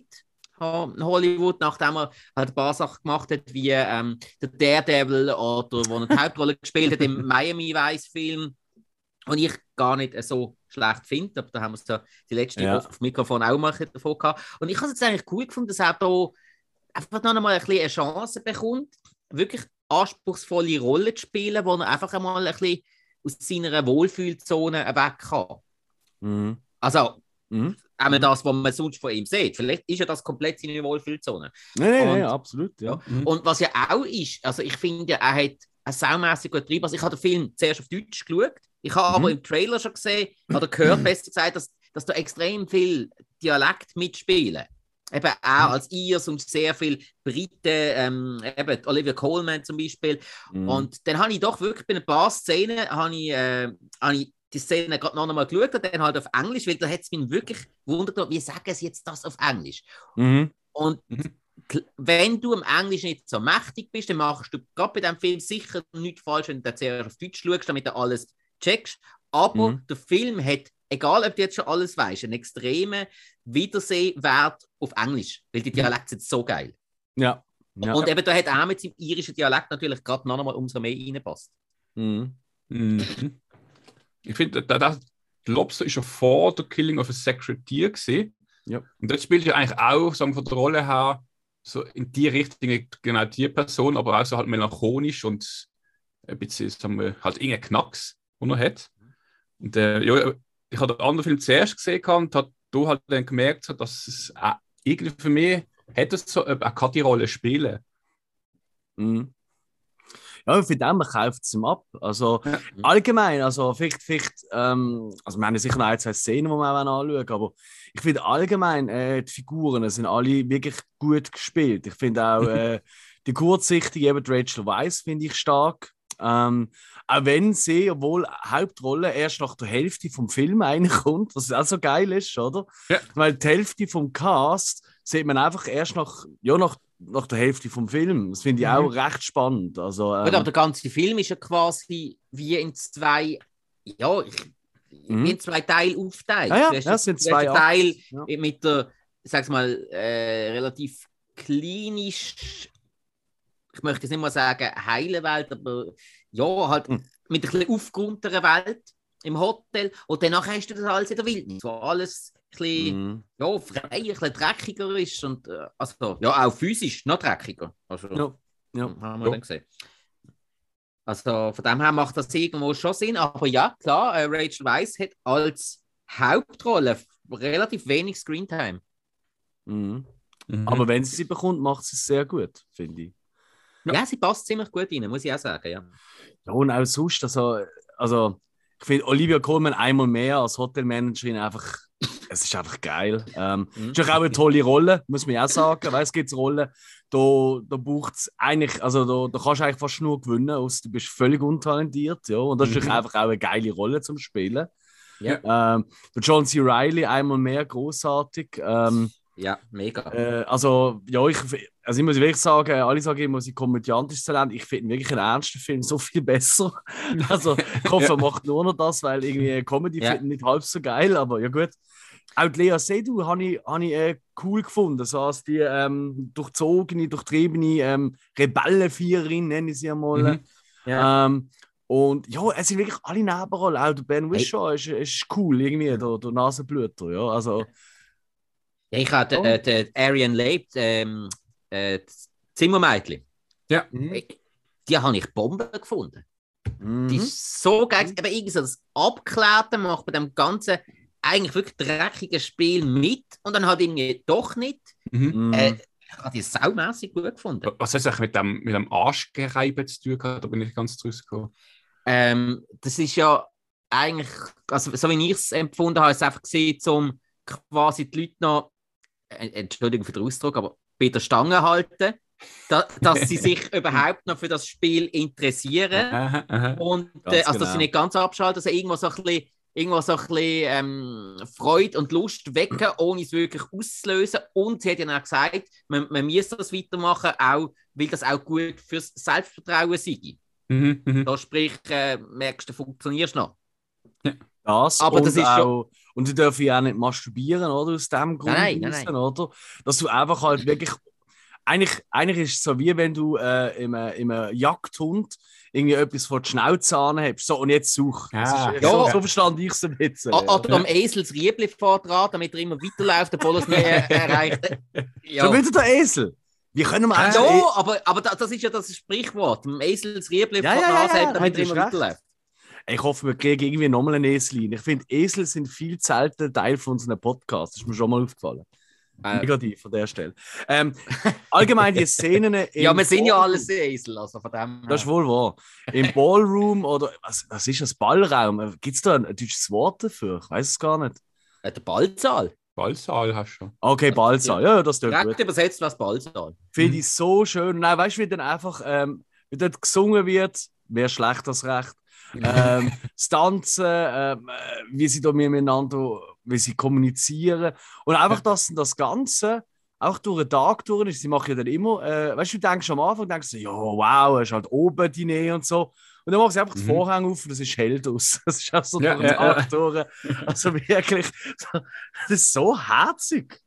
in Hollywood, nachdem er halt ein paar Sachen gemacht hat, wie ähm, der Daredevil oder wo er die Hauptrolle gespielt hat im Miami Vice-Film. Und ich gar nicht so schlecht finde, aber da haben wir es ja die letzte Ja. Woche auf dem Mikrofon auch mal davon gehabt. Und ich habe es jetzt eigentlich cool gefunden, dass er da einfach noch einmal ein bisschen eine Chance bekommt, wirklich anspruchsvolle Rollen zu spielen, wo er einfach einmal ein bisschen aus seiner Wohlfühlzone weg kann. Mhm. Also, Mhm. auch Mhm. das, was man sonst von ihm sieht. Vielleicht ist ja das komplett seine Wohlfühlzone. Nein, nein, nein, Und- absolut. Ja. Mhm. Und was ja auch ist, also ich finde, er hat eine saumässig gut getrieben. Also ich habe den Film zuerst auf Deutsch geschaut. Ich habe aber Mhm. im Trailer schon gesehen, oder gehört, besser gesagt, dass, dass da extrem viel Dialekt mitspielen. Eben auch als Irs und sehr viel Briten, ähm, eben Olivia Colman zum Beispiel. Mhm. Und dann habe ich doch wirklich bei ein paar Szenen, habe ich, äh, habe ich die Szene gerade noch einmal geschaut und dann halt auf Englisch, weil da hat es mich wirklich gewundert, wie sagen sie jetzt das auf Englisch? Mhm. Und Mhm. kl- wenn du im Englisch nicht so mächtig bist, dann machst du gerade bei diesem Film sicher nichts falsch, wenn du den zuerst auf Deutsch schaust, damit du alles checkst. Aber Mhm. der Film hat, egal ob du jetzt schon alles weißt, einen extremen Wiedersehwert auf Englisch, weil die Dialekte sind so geil. Ja. ja. Und eben da hat auch mit seinem irischen Dialekt natürlich gerade noch einmal umso mehr reingepasst. Mhm. Mhm. Ich finde, da, da, Lobster ist ja vor der Killing of a Sacred Deer gesehen. Ja. Und das spielt ja eigentlich auch, sagen wir, von der Rolle her, so in die Richtung, genau die Person, aber auch so halt melancholisch und ein bisschen, sagen wir, halt irgendein Knacks, den er hat. Und äh, ja, ich habe den anderen Film zuerst gesehen und habe da halt dann gemerkt, dass es auch irgendwie für mich hätte es so eine Kati-Rolle spielen. Mhm. Ja, für den man kauft es ihm ab. Also Ja. allgemein, also vielleicht, vielleicht ähm, also wir haben ja sicher noch ein, zwei Szenen, die wir auch anschauen, aber ich finde allgemein, äh, die Figuren sind alle wirklich gut gespielt. Ich finde auch äh, die kurzsichtige, eben die Rachel Weisz, finde ich stark. Ähm, auch wenn sie, obwohl Hauptrolle erst nach der Hälfte vom Film reinkommt, was auch so geil ist, oder? Ja. Weil die Hälfte vom Cast sieht man einfach erst nach, ja, nach, nach der Hälfte vom Film. Das finde ich Mhm. auch recht spannend. Also, ähm, Gut, aber der ganze Film ist ja quasi wie in zwei, ja, ich, Mhm. wie in zwei Teile aufgeteilt. Ja, ja, Du hast ja, es sind du hast zwei den Teil Ja. mit der, ich sag's mal, äh, relativ klinisch, ich möchte jetzt nicht mal sagen heile Welt, aber ja, halt Mhm. mit ein bisschen aufgeräumteren Welt im Hotel. Und danach hast du das alles in der Wildnis, wo alles ein bisschen Mhm. ja, freier, ein bisschen dreckiger ist und äh, also, ja, auch physisch noch dreckiger. Also, Ja, ja. haben wir Ja. dann gesehen. Also von dem her macht das irgendwo schon Sinn. Aber ja, klar, äh, Rachel Weisz hat als Hauptrolle relativ wenig Screentime. Mhm. Mhm. Aber wenn sie sie bekommt, macht sie es sehr gut, finde ich. Ja. ja, sie passt ziemlich gut rein, muss ich auch sagen, ja. Ja, und auch sonst, also, also ich finde Olivia Colman einmal mehr als Hotelmanagerin einfach, es ist einfach geil. Ähm, Mhm. ist auch eine tolle Rolle, muss man auch sagen. Weißt, es gibt Rollen, da, da braucht es eigentlich, also da, da kannst du eigentlich fast nur gewinnen, außer du bist völlig untalentiert, ja. Und das ist Mhm. natürlich einfach auch eine geile Rolle zum Spielen. Ja, Ähm, der John C. Reilly einmal mehr großartig. Ähm, ja mega. Äh, also, ja, ich, also ich muss wirklich sagen, alle sagen immer, sie komödiantisches Talent. Ich finde wirklich einen ernsten Film so viel besser. Also, ich hoffe, er macht nur noch das, weil irgendwie Comedy Ja. finde ich nicht halb so geil, aber ja gut. Auch die Lea Seydoux habe ich, hab ich äh, cool gefunden. So als die ähm, durchzogene, durchtriebene ähm, Rebellenviererin, nenne ich sie einmal. Mhm. Ja. Ähm, und ja, es sind wirklich alle Nebenrollen. Auch der Ben Whishaw ist, ist cool, irgendwie, der, der Nasenblüter. Ja, also, Ja, ich habe Oh. äh, den Arian Leib, ähm, äh, das Zimmermädchen. Ja. Mhm. Die habe ich Bombe gefunden. Mhm. Die ist so geil. Aber irgendwie so das Abklärte macht bei dem ganzen eigentlich wirklich dreckigen Spiel mit und dann halt irgendwie doch nicht. Mhm. Mhm. Äh, ich habe die saumässig gut gefunden. Was hat es eigentlich mit dem, mit dem Arschgereiben zu tun gehabt? Da bin ich ganz draus gekommen. Ähm, das ist ja eigentlich, also so wie ich es empfunden habe, ist es einfach gesehen, um quasi die Leute noch, äh, Entschuldigung für den Ausdruck, aber bei der Stange halten, da, dass sie sich überhaupt noch für das Spiel interessieren Aha, aha. und äh, Ganz also dass sie genau. nicht ganz abschalten, dass sie irgendwo so ein bisschen, irgendwo so ein bisschen ähm, Freude und Lust wecken, ohne es wirklich auszulösen. Und sie hat ja auch gesagt, man, man muss das weitermachen, auch, weil das auch gut fürs Selbstvertrauen sei. Mhm, mhm. Da sprich, äh, merkst du, funktionierst noch. Das Aber und das ist auch, und sie dürfen ja auch nicht masturbieren, oder? Aus dem Grund, Nein, nein, raus, nein. oder? Dass du einfach halt wirklich. Eigentlich, eigentlich ist es so, wie wenn du äh, im, äh, im äh, Jagdhund irgendwie etwas von der Schnauze anhebst. So, und jetzt such. Das Ah, ist, ja. so, so verstand ich es ein bisschen. O- Ja. Oder am Esels Riebli vordran, damit er immer weiterläuft, obwohl er es nie äh, erreicht. Ja. Schon wieder der Esel. Wie können wir Ah, eigentlich. Ja, aber, aber da- das ist ja das Sprichwort. Am Esels Riebli Ja, vor ja, der ja, Nase ja, hebt, damit du er immer hast recht. weiterläuft. Ich hoffe, wir kriegen irgendwie nochmal einen Esel rein. Ich finde, Esel sind viel zu selten Teil von unseren Podcasts. Das ist mir schon mal aufgefallen. Äh, Negativ an der Stelle. Ähm, allgemein die Szenen. ja, im wir sind ja Ballroom. alles Esel, also von dem Das ist wohl wahr. Im Ballroom oder was, was ist das? Ballraum? Gibt es da ein deutsches Wort dafür? Ich weiß es gar nicht. äh, der Ballsaal. Ballsaal hast du schon. Okay, Ballsaal. Ja, ja, das tut Direkt gut. übersetzt was Ballsaal. Finde Mhm. ich so schön. Nein, weißt du, wie dann einfach, ähm, wie dort gesungen wird, wer schlecht das Recht. ähm, das Tanzen, ähm, äh, wie sie da miteinander, wie sie kommunizieren. Und einfach, dass das Ganze auch durch den Tag durch ist. Sie machen ja dann immer, äh, weißt du, du denkst am Anfang, denkst du, ja, wow, es ist halt oben die Nähe und so. Und dann machen sie einfach Mhm. die Vorhänge auf und das ist hell aus. Das ist auch so Ja, durch den ja, Tag durch. Also wirklich, das ist so herzig.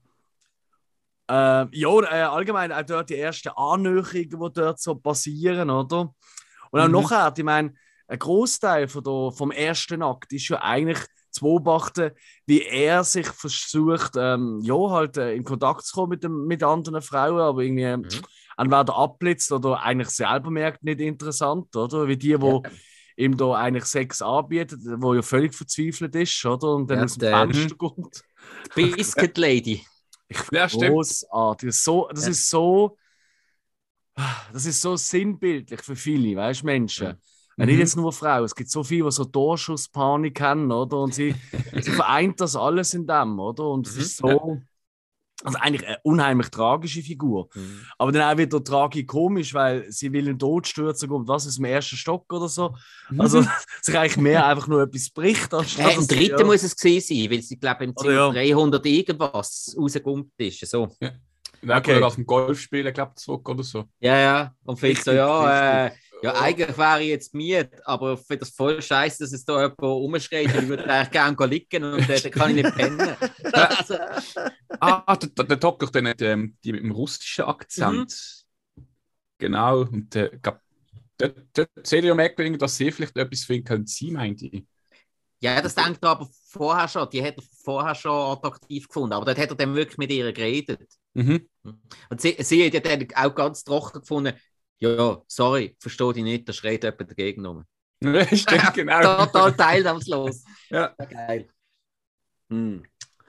Ähm, ja, und, äh, allgemein auch dort die ersten Annäherungen, die dort so passieren, oder? Und auch Mhm. nachher, ich meine, ein Großteil von der, vom ersten Akt ist ja eigentlich zu beobachten, wie er sich versucht, ähm, ja, halt äh, in Kontakt zu kommen mit, dem, mit anderen Frauen, aber irgendwie Mhm. entweder abblitzt oder eigentlich selber merkt, nicht interessant, oder? Wie die, die Ja. ihm da eigentlich Sex anbieten, wo ja völlig verzweifelt ist, oder? Und dann Ja, aus dem der- Fenster kommt. Biscuit Lady. Ja, stimmt. Großartig. Das ist so, das Ja. ist so, das ist so sinnbildlich für viele, weißt du, Menschen. Mhm. Ja, nicht Mhm. jetzt nur Frauen, es gibt so viele, die so Torschusspanik haben, oder? Und sie, sie vereint das alles in dem, oder? Und es Mhm. ist so, also eigentlich eine unheimlich tragische Figur. Mhm. Aber dann auch wieder tragikomisch, weil sie will in den Tod stürzen und was aus dem ersten Stock oder so. Also sich eigentlich mehr einfach nur etwas bricht. anstatt Äh, Im dass sie- dritten ja. muss es gewesen sein, weil sie, glaube ich, im Oder Zimmer ja. dreihundert irgendwas rausgekommen ist. So. Dann Okay. kommt er auf dem Golfspielen, glaube ich, zurück oder so. Ja, ja. Und findet so, Richtig, ja, äh, ja, Ja. eigentlich wäre ich jetzt miet, aber ich finde das voll scheiße, dass es da jemand rumschreit, weil ich würde eigentlich gerne liegen und äh, dann kann ich nicht pennen. Also, Ah, der, der, der Doc dann nicht, ähm, die mit dem russischen Akzent. Genau. Und äh, glaub, dort, dort seht ihr ja merkwürdig, dass sie vielleicht etwas finden können, sie meinte ich. ja, das denkt er aber vorher schon. Die hat er vorher schon attraktiv gefunden, aber dort hat er dann wirklich mit ihr geredet. Mhm. Und sie, sie hat ja dann auch ganz trocken gefunden, Ja, sorry, verstehe dich nicht, da schreit jemand dagegen rum. Stimmt, genau. Total teilnahmslos. Ja. Geil. Hm.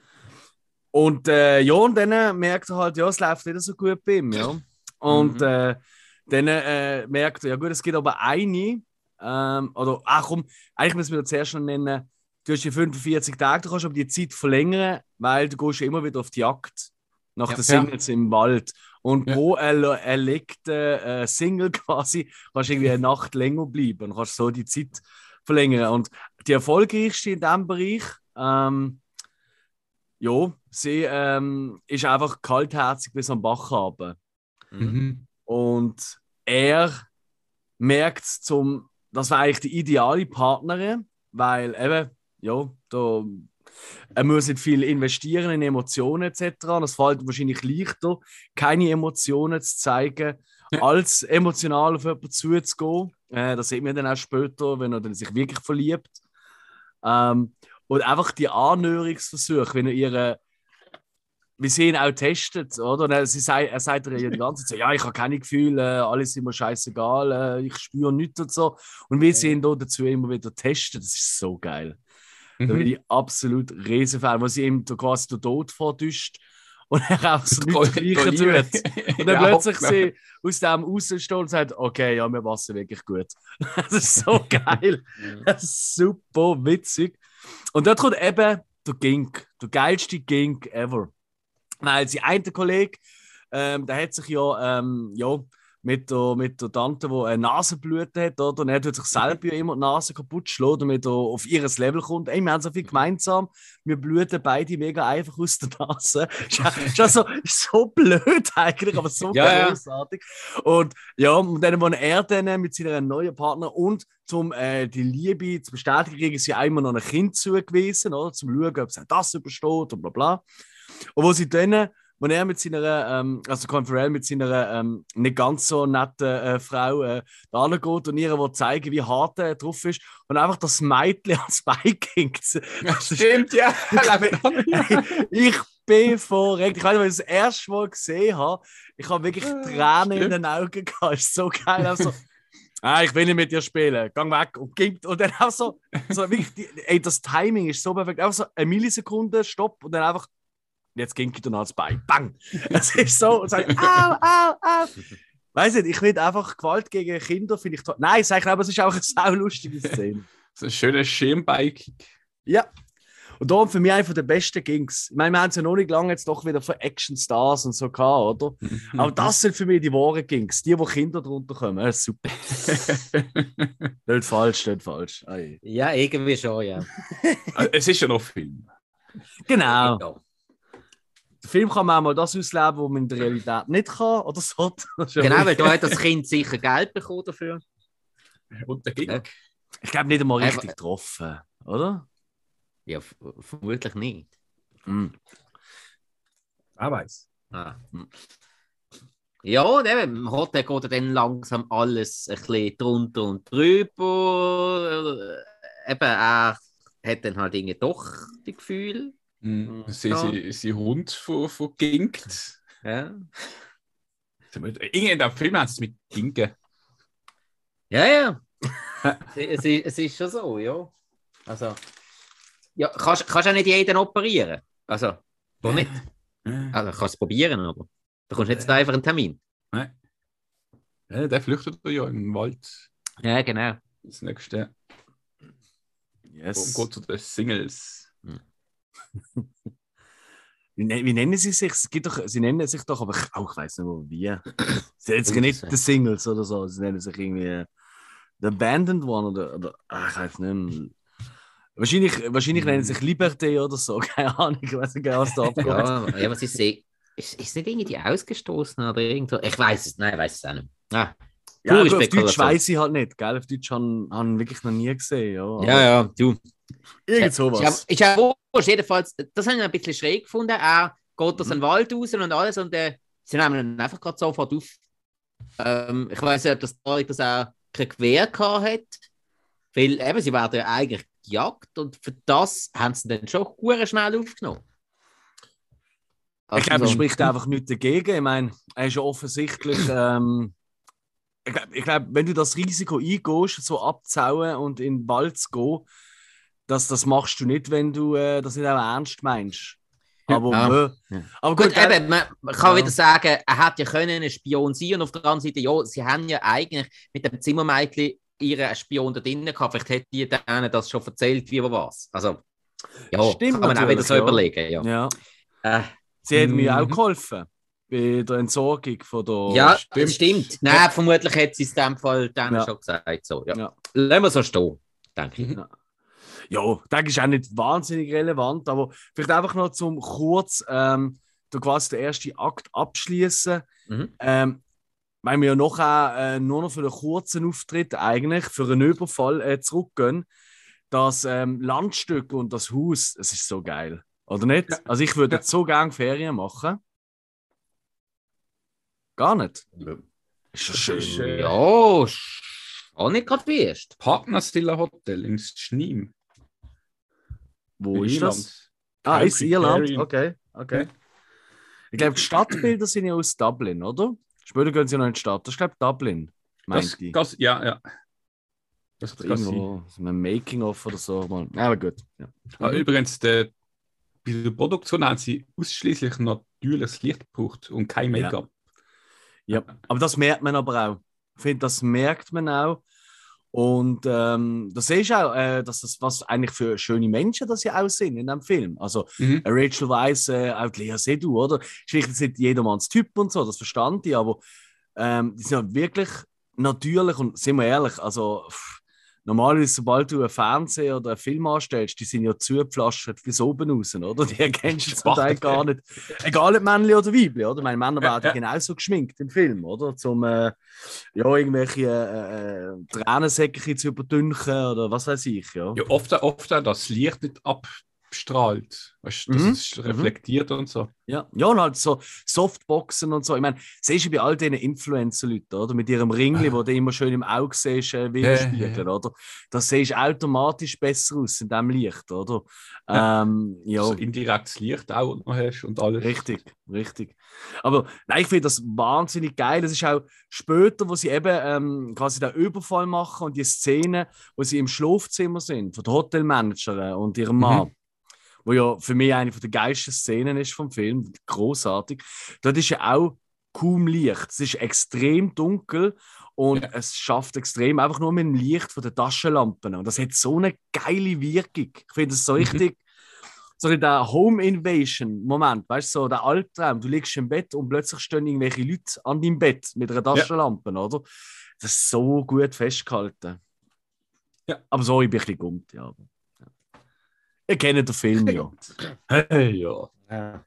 Und äh, ja, und dann merkt er halt, ja, es läuft nicht so gut bei ihm, ja. Und Mhm. äh, dann äh, merkt er, ja gut, es gibt aber eine, ähm, oder, ach komm, eigentlich müssen wir das zuerst noch nennen, du hast die fünfundvierzig Tage, du kannst aber die Zeit verlängern, weil du gehst ja immer wieder auf die Jagd nach Ja. den Singles im Wald. Und Ja. pro erle- erlegten äh, Single quasi kannst du irgendwie eine Nacht länger bleiben und kannst so die Zeit verlängern. Und die erfolgreichste in diesem Bereich, ähm, ja, sie ähm, ist einfach kaltherzig bis am Bach runter. Mhm. Und er merkt zum, das war eigentlich die ideale Partnerin, weil eben, ja, da, er muss nicht viel investieren in Emotionen et cetera. Und es fällt ihm wahrscheinlich leichter, keine Emotionen zu zeigen, Ja. als emotional auf jemanden zuzugehen. Äh, das sieht man dann auch später, wenn er dann sich wirklich verliebt. Ähm, und einfach die Annäherungsversuche, wenn er ihre wie sie ihn auch testet, oder? Und er, sie sei, er sagt ihr ja die ganze Zeit so, ja, ich habe keine Gefühle, alles ist mir scheißegal, äh, ich spüre nichts und so. Und wie sie ihn da dazu immer wieder testen, das ist so geil. Da bin Mhm. ich absolut Riesenfan, wo sie ihm da quasi den Tod vortäuscht und er auch so Da- nichts da Gleiches liebe- tut. Und dann Ja, plötzlich genau. sie aus dem rausstehen und sagt, okay, ja, wir passen wirklich gut. Das ist so geil. Das ist super witzig. Und dort kommt eben der Gink, der geilste Gink ever. Weil sein einer Kollege, ähm, der hat sich ja, ähm, ja mit, der, mit der Tante, die eine Nasenblüte hat, oder? Und er tut sich selber ja immer die Nase kaputt schlagen, damit er auf ihr Level kommt. Ey, wir haben so viel gemeinsam, wir blüten beide mega einfach aus der Nase. Ist ja- ist ja so, ist so blöd eigentlich, aber so Ja, ja. großartig. Und ja, und dann, als er dann mit seiner neuen Partner und zum äh, die Liebe zu bestätigen, kriegen sie auch immer noch ein Kind zugewiesen, oder? Zum schauen, ob sie das übersteht und bla bla. Und wo sie dann, wo er mit seiner, ähm, also Colin Farrell mit seiner ähm, nicht ganz so netten äh, Frau äh, da geht und ihr will zeigen, wie hart er drauf ist und einfach das Mädchen ans Bein hängt. Das ist- Stimmt, ja. ich bin verreckt. Ich weiß nicht, wenn ich das erste Mal gesehen habe, ich habe wirklich Tränen in stimmt. den Augen gehabt. Das ist so geil. Also, ah, ich will nicht mit dir spielen. Gang weg und ging. Und dann auch so, so wirklich, die, ey, das Timing ist so perfekt. Einfach so eine Millisekunde, Stopp und dann einfach, jetzt ging ich dann ans Bein. Bang! Es ist so, und sage, au, au, au. Weißt du, ich finde einfach Gewalt gegen Kinder, finde ich toll. Nein, sag ich, aber es ist auch eine sau lustige Szene. So ein schöner Schirmbiking. Ja. Und darum für mich einer der besten Gigs. Ich meine, wir haben es ja noch nicht lange jetzt doch wieder für Actionstars und so gehabt, oder? Aber das sind für mich die wahren Gigs, die, wo Kinder drunter kommen. Das ist super. Nicht falsch, nicht falsch. Ei. Ja, irgendwie schon, ja. Also, es ist ja noch Film. Genau. Ja. Der Film kann man auch mal das ausleben, was man in der Realität nicht kann, oder so. Das ist ja Genau, weil wirklich- da hat das Kind sicher Geld bekommen dafür. Und der Gig. Ja. Ich glaube nicht einmal Einfach- richtig getroffen, oder? Ja, f- vermutlich nicht. Hm. Wer weiß. Ah. hm. Ja, und eben, im Hotel geht dann langsam alles ein bisschen drunter und drüber. Eben, er hat dann halt irgendwie doch die Gefühle. Mhm. Sie, Ja. sie, sie Hund von, von Ginkt. Ja, Irgendwie in dem Film haben sie es mit Ginken. ja. ja. es, es, ist, es ist schon so, ja. Also, ja, kannst, kannst auch nicht jeden operieren. Also, wo nicht? Also, kannst es probieren, aber du kommst jetzt einfach einen Termin. Nein. Ja, der flüchtet ja im Wald. Ja, genau. Das nächste. Yes. Und geht zu den Singles. Wie, ne- wie nennen sie sich? Es gibt doch, sie nennen sich doch, aber ich, oh, ich weiß nicht mehr wie. Sie nennen sich nicht die Singles oder so. Sie nennen sich irgendwie The Abandoned One oder, oder ach, ich weiß nicht mehr. Wahrscheinlich, wahrscheinlich nennen sie sich Liberté oder so. Keine Ahnung, ich weiß nicht genau, was da abgeht. Ja, ja, was ist sie? Ist, ist nicht irgendwie ausgestoßen oder irgendwo? Ich weiß es, nein, ich weiß es auch nicht. Ah, Ja, pure gut, auf Deutsch Spekulation. weiß ich halt nicht. Gell? Auf Deutsch habe ich wirklich noch nie gesehen. Ja, aber Ja, ja, du. Irgend sowas. Ist ja wurscht, jedenfalls, das habe ich ein bisschen schräg gefunden. Er geht aus dem Wald raus und alles und äh, sie nehmen ihn einfach gerade sofort auf. Ähm, ich weiß nicht, ob das Story das auch kein Gewehr gehabt hat. Weil eben, sie werden ja eigentlich gejagt und für das haben sie dann schon hure schnell aufgenommen. Ich glaube, Also es spricht einfach nichts dagegen. Ich meine, er ist ja offensichtlich ähm, ich glaube, glaub, wenn du das Risiko eingehst, so abzuhauen und in den Wald zu gehen, das, das machst du nicht, wenn du äh, das nicht auch ernst meinst. Aber, Ja. äh, aber gut, Gut, eben, man, man kann Ja. wieder sagen, er hätte ja können ein Spion sein und auf der anderen Seite, ja, sie haben ja eigentlich mit dem Zimmermädchen ihren Spion da drinnen gehabt. Vielleicht hätte die denen das schon erzählt, wie oder was. Also, ja, Stimmt kann man auch wieder natürlich, so ja. überlegen. Ja, ja. äh, Sie hat mir auch Mhm. geholfen bei der Entsorgung von der... ja stimmt. stimmt. stimmt. Nein, vermutlich hätte sie es in dem Fall dann Ja. schon gesagt. So, ja. Ja. Lassen wir so stehen, denke ich. Mhm. Ja, das ist auch nicht wahnsinnig relevant, aber vielleicht einfach noch zum kurz ähm, da quasi den ersten Akt abschließen. Mhm. Ähm, weil wir ja noch auch, äh, nur noch für einen kurzen Auftritt eigentlich, für einen Überfall äh, zurückgehen. Das ähm, Landstück und das Haus, es ist so geil. Oder nicht? Ja. Also ich würde Ja. jetzt so gerne Ferien machen. Gar nicht. Ist das schön. ist, äh, Ja, auch nicht gerade wie erst. Partnerstiller Hotel in Schneem. Wo in ist Irland. das? Ah, ist Country Irland? Carry. Okay, okay. Ich glaube, die Stadtbilder sind ja aus Dublin, oder? Später gehen sie noch in die Stadt. Das ist, glaube ich, Dublin, meint Das, die. das, ja, ja. Das kann sein. Irgendwo so ein Making-of oder so. Mal. Aber gut. Ja. Ah, übrigens, der, bei der Produktion haben sie ausschließlich natürliches Licht gebraucht und kein Ja. Make-up. Ja. Aber das merkt man aber auch. Ich finde, das merkt man auch. Und ähm, da siehst du auch, äh, dass das was eigentlich für schöne Menschen das ja auch sind in dem Film. Also Mhm. äh, Rachel Weisz, äh, auch die Lea Seydoux, oder? Ist nicht jedermanns Typ und so, das verstand ich, aber ähm, die sind ja wirklich natürlich und sind wir ehrlich, also pff, normalerweise, sobald du einen Fernseher oder einen Film anstellst, die sind ja zugepflastert bis oben raus, oder? Die erkennst du zum Teil gar nicht. Egal ob Männchen oder Weibchen, oder? Meine Männer Ja, werden ja. genauso geschminkt im Film, oder? Zum äh, ja, irgendwelche äh, äh, Tränensäcke zu überdünken oder was weiß ich, ja. Ja, oft, oft auch das Licht nicht abstrahlt. Weißt du, das Mhm. ist reflektiert und so. Ja, ja, und halt so Softboxen und so. Ich meine, siehst du bei all diesen Influencer-Leuten, oder? Mit ihrem Ringli, wo du immer schön im Auge siehst, äh, widerspiegeln, Ja, ja. oder? Das siehst du automatisch besser aus in diesem Licht, oder? Ja. Ähm, ja, So indirektes Licht auch noch hast und alles. richtig, richtig. Aber nein, ich finde das wahnsinnig geil. Das ist auch später, wo sie eben ähm, quasi den Überfall machen und die Szene, wo sie im Schlafzimmer sind, von der Hotelmanagerin und ihrem Mann. Mhm. Wo ja für mich eine der geilsten Szenen ist vom Film, großartig. Dort ist ja auch kaum Licht. Es ist extrem dunkel und Ja. es schafft extrem einfach nur mit dem Licht von den Taschenlampen. Und das hat so eine geile Wirkung. Ich finde es so Mhm. richtig, so in der Home Invasion Moment, weißt du, so der Albtraum. Du liegst im Bett und plötzlich stehen irgendwelche Leute an deinem Bett mit einer Taschenlampe, oder? Das ist so gut festgehalten. Ja. Aber so, ich bin ein bisschen gummt, ja. aber- Ihr kennt den Film ja. Hey, ja. Ja.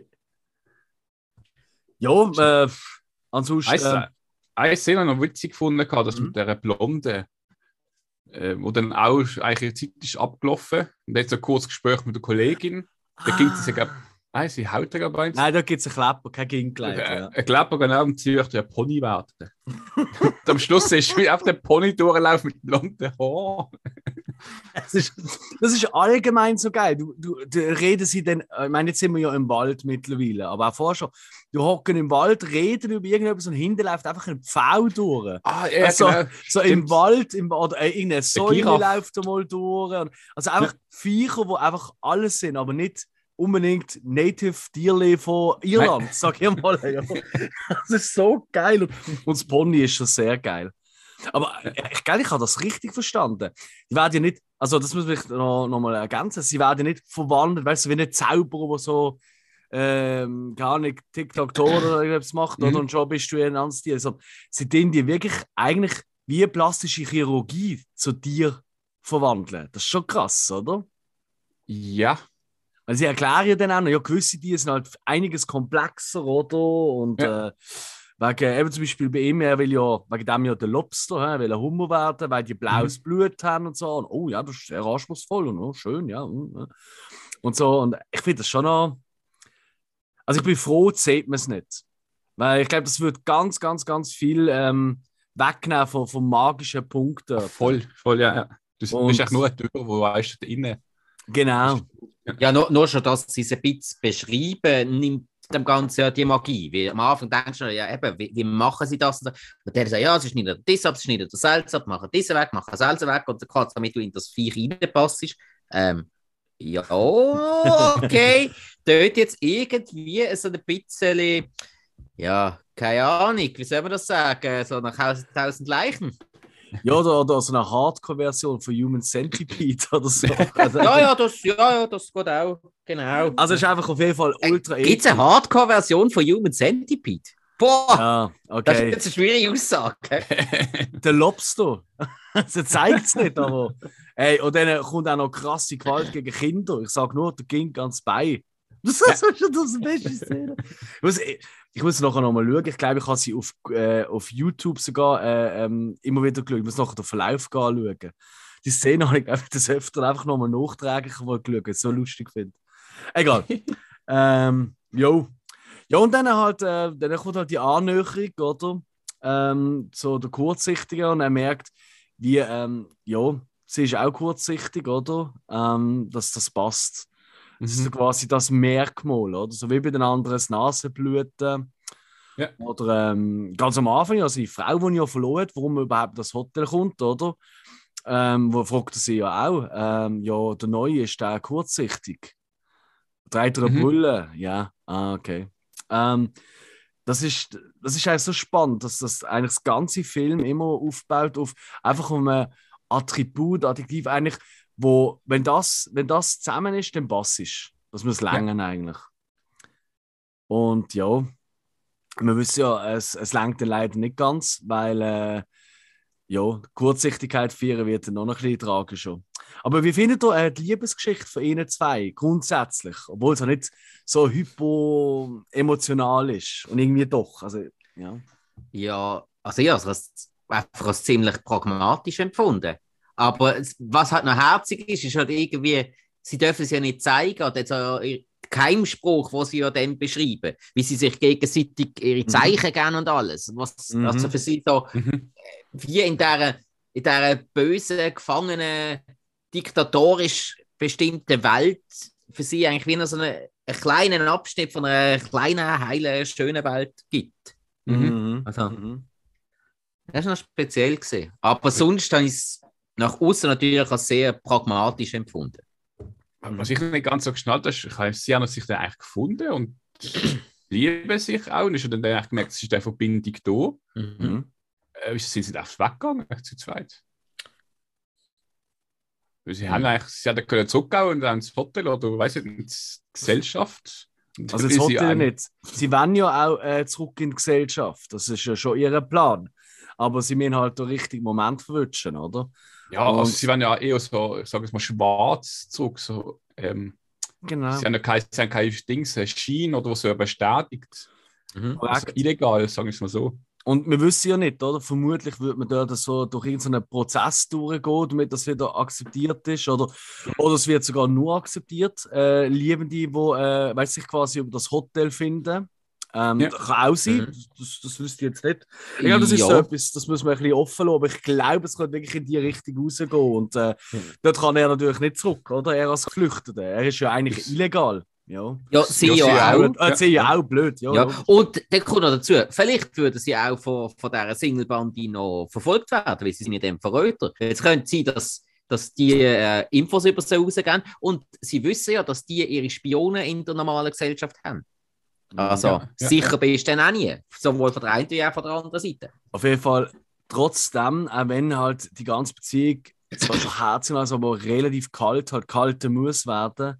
Ja, äh, ansonsten. Weißt Äh, du, eine Szene habe ich noch witzig gefunden, gehabt, das Mhm. mit dieser Blonde, äh, wo dann auch eigentlich die Zeit ist abgelaufen und jetzt ein kurzes Gespräch mit der Kollegin. Da ging es ja, nein, sie haut ja bei uns. Nein, da gibt es einen Klepper, kein Gegenleid. Ja. Ich glaube, genau am Ziel der Pony werden. Und am Schluss ist wie auf der Pony durchlaufen mit blonden Haaren. Das, ist, das ist allgemein so geil. Du, du, du reden sie dann, ich meine, jetzt sind wir ja im Wald mittlerweile, aber auch vorher schon. Du hocken im Wald, reden über irgendetwas und hinten läuft einfach ein Pfau durch. Ah, ja, Also, genau. So Stimmt. im Wald, im, oder äh, irgendeine Säule Giraffe. läuft da mal durch. Und- Also einfach Viecher, die einfach alles sind, aber nicht unbedingt Native Tierle von Irland, sag ich mal. Ja. Das ist so geil. Und, und das Pony ist schon sehr geil. Aber äh, ich glaube, ich habe das richtig verstanden. Die werden ja nicht, also das muss ich noch, noch mal ergänzen, sie werden ja nicht verwandelt, weißt du, wie ein Zauberer, der so ähm, gar nicht TikTok oder irgendwas macht, Mhm. oder? Und schon bist du ein anderes Tier. Also, sie tun die wirklich eigentlich wie plastische Chirurgie zu dir verwandeln. Das ist schon krass, oder? Ja, Weil sie erklären ja dann auch noch, ja, gewisse Tiere sind halt einiges komplexer, oder? Und Ja. äh, wegen, eben zum Beispiel bei ihm, er will ja, wegen dem ja der Lobster, er will ein Hummer werden, weil die blaues Blut haben und so. Und, oh ja, das ist sehr anspruchsvoll und oh, schön, ja. mm, ja. Und so. Und ich finde das schon noch. Also ich bin froh, sieht man es nicht. Weil ich glaube, das wird ganz, ganz, ganz viel ähm, wegnehmen von, von magischen Punkten. voll, voll, ja. ja. Das, das Und- ist echt nur eine Tür, wo weißt du, da innen. Genau. Ja, nur, nur schon, dass sie es ein bisschen beschreiben, nimmt dem Ganzen ja die Magie. Wie am Anfang denkst du, ja, eben, wie, wie machen sie das? Und der sagt, ja, sie schneiden das ab, sie schneiden das Salz ab, machen diesen weg, machen das Salz weg und dann kannst du, damit du in das Viech reinpasst. Ähm, ja, okay. Dort jetzt irgendwie so ein bisschen, ja, keine Ahnung, wie soll man das sagen? So nach tausend Leichen. Ja, oder, oder so eine Hardcore-Version von Human Centipede oder so. Also, ja, ja, das, ja, ja, das geht auch. Genau. Also es ist einfach auf jeden Fall ultra Gibt es eine Hardcore-Version von Human Centipede? Boah! Ja, okay. Das ist jetzt eine schwierige Aussage. Der Lobster. Das zeigt es nicht, aber. Ey, und dann kommt auch noch krasse Gewalt gegen Kinder. Ich sage nur, der Kind ganz bei. Das ist schon das beste Szene. Ich muss, ich muss nachher nochmal schauen. Ich glaube, ich habe sie auf, äh, auf YouTube sogar äh, ähm, immer wieder geschaut. Ich muss nachher den Verlauf schauen. Die Szene habe ich glaube, das öfter einfach nochmal nachträglich geschaut, weil ich es so lustig finde. Egal. ähm, jo. Ja, und dann halt, äh, dann kommt halt die Annäherung, oder? Ähm, so der Kurzsichtige, und er merkt, wie, ähm, ja, sie ist auch kurzsichtig, oder? Ähm, dass das passt. Das ist so quasi das Merkmal, oder? So wie bei den anderen das Nasenbluten. Ja. Oder ähm, ganz am Anfang, also die Frau, die ja verloren hat, warum überhaupt das Hotel kommt, oder? Ähm, wo fragt sie ja auch, ähm, ja, der Neue ist der kurzsichtig. Trägt er eine Mhm. Brille? Ja, ah, okay. Ähm, das ist, das ist eigentlich so spannend, dass das eigentlich das ganze Film immer aufbaut auf einfach um ein Attribut, Adjektiv eigentlich, wo, wenn das, wenn das zusammen ist, dann passt es. Das muss längern eigentlich. Und ja, wir wissen ja, es, es langt dann leider nicht ganz, weil äh, ja, die Kurzsichtigkeit feiern wird dann noch ein bisschen tragischer. Aber wie findet ihr äh, die Liebesgeschichte von Ihnen zwei grundsätzlich? Obwohl es ja nicht so hypo-emotional ist. Und irgendwie doch. Also, ja. Ja, also ja, also das einfach als ziemlich pragmatisch empfunden. Aber es- was halt noch herzig ist, ist halt irgendwie, sie dürfen es ja nicht zeigen. Oder jetzt auch ihr Keimspruch, wo sie ja dann beschreiben, wie sie sich gegenseitig ihre Zeichen geben und alles. Was Mhm. also für sie so Mhm. wie in dieser, in dieser bösen, gefangenen, diktatorisch bestimmten Welt für sie eigentlich wie noch so einen, einen kleinen Abschnitt von einer kleinen, heilen, schönen Welt gibt. Mhm. Also, Mhm. das war noch speziell gewesen. Aber sonst habe ich es nach außen natürlich als sehr pragmatisch empfunden. Was ich nicht ganz so geschnallt habe, ist, ich habe sie haben sich dann eigentlich gefunden und lieben sich auch. Und ist dann eigentlich gemerkt, es ist eine Verbindung da. Mhm. Äh, sind sie einfach weggegangen, zu zweit? Weil sie Mhm. haben eigentlich, sie hätten können zurückgehen und dann ins Hotel oder, weiß ich nicht, ins Gesellschaft. Und Also dann das sind sie Hotel ein- nicht. Sie wollen ja auch äh, zurück in die Gesellschaft. Das ist ja schon ihr Plan. Aber sie müssen halt den richtigen Moment verwünschen, oder? Ja, also Und- sie waren ja eher so, ich sage jetzt mal, schwarz zurück. So, ähm, Genau. Sie haben ja kein, sie haben kein Dings, eine Schiene oder so bestätigt. Mhm. Also illegal, sagen wir es mal so. Und wir wissen ja nicht, oder? Vermutlich würde man dort so durch irgendeinen Prozess durchgehen, damit das wieder akzeptiert ist. Oder, oder es wird sogar nur akzeptiert. Äh, Liebende, die äh, weiss, sich quasi über das Hotel finden. Ähm, Ja. Das kann auch sein, Mhm. das, das, das wüsste ich jetzt nicht. Ich glaube, das ist Ja. so etwas, das muss man ein bisschen offen lassen, aber ich glaube, es könnte wirklich in die Richtung rausgehen. Und äh, Mhm. dort kann er natürlich nicht zurück, oder? Er als Geflüchteter. Er ist ja eigentlich Das- illegal. Ja. Ja, sie Ja, ja, sie auch. auch. Äh, sie ja auch blöd, ja. Ja. logisch. Und dann kommt noch dazu, vielleicht würden sie auch von, von dieser Singlebande noch verfolgt werden, weil sie sind ja dem Verräter. Jetzt könnte es sein, dass, dass die äh, Infos über sie rausgehen und sie wissen ja, dass die ihre Spione in der normalen Gesellschaft haben. Also Ja, ja, sicher ja. bist du dann auch nie, sowohl von der einen wie auch von der anderen Seite. Auf jeden Fall, trotzdem, auch wenn halt die ganze Beziehung zwar schon herzlich ist, aber relativ kalt, halt kalter muss werden,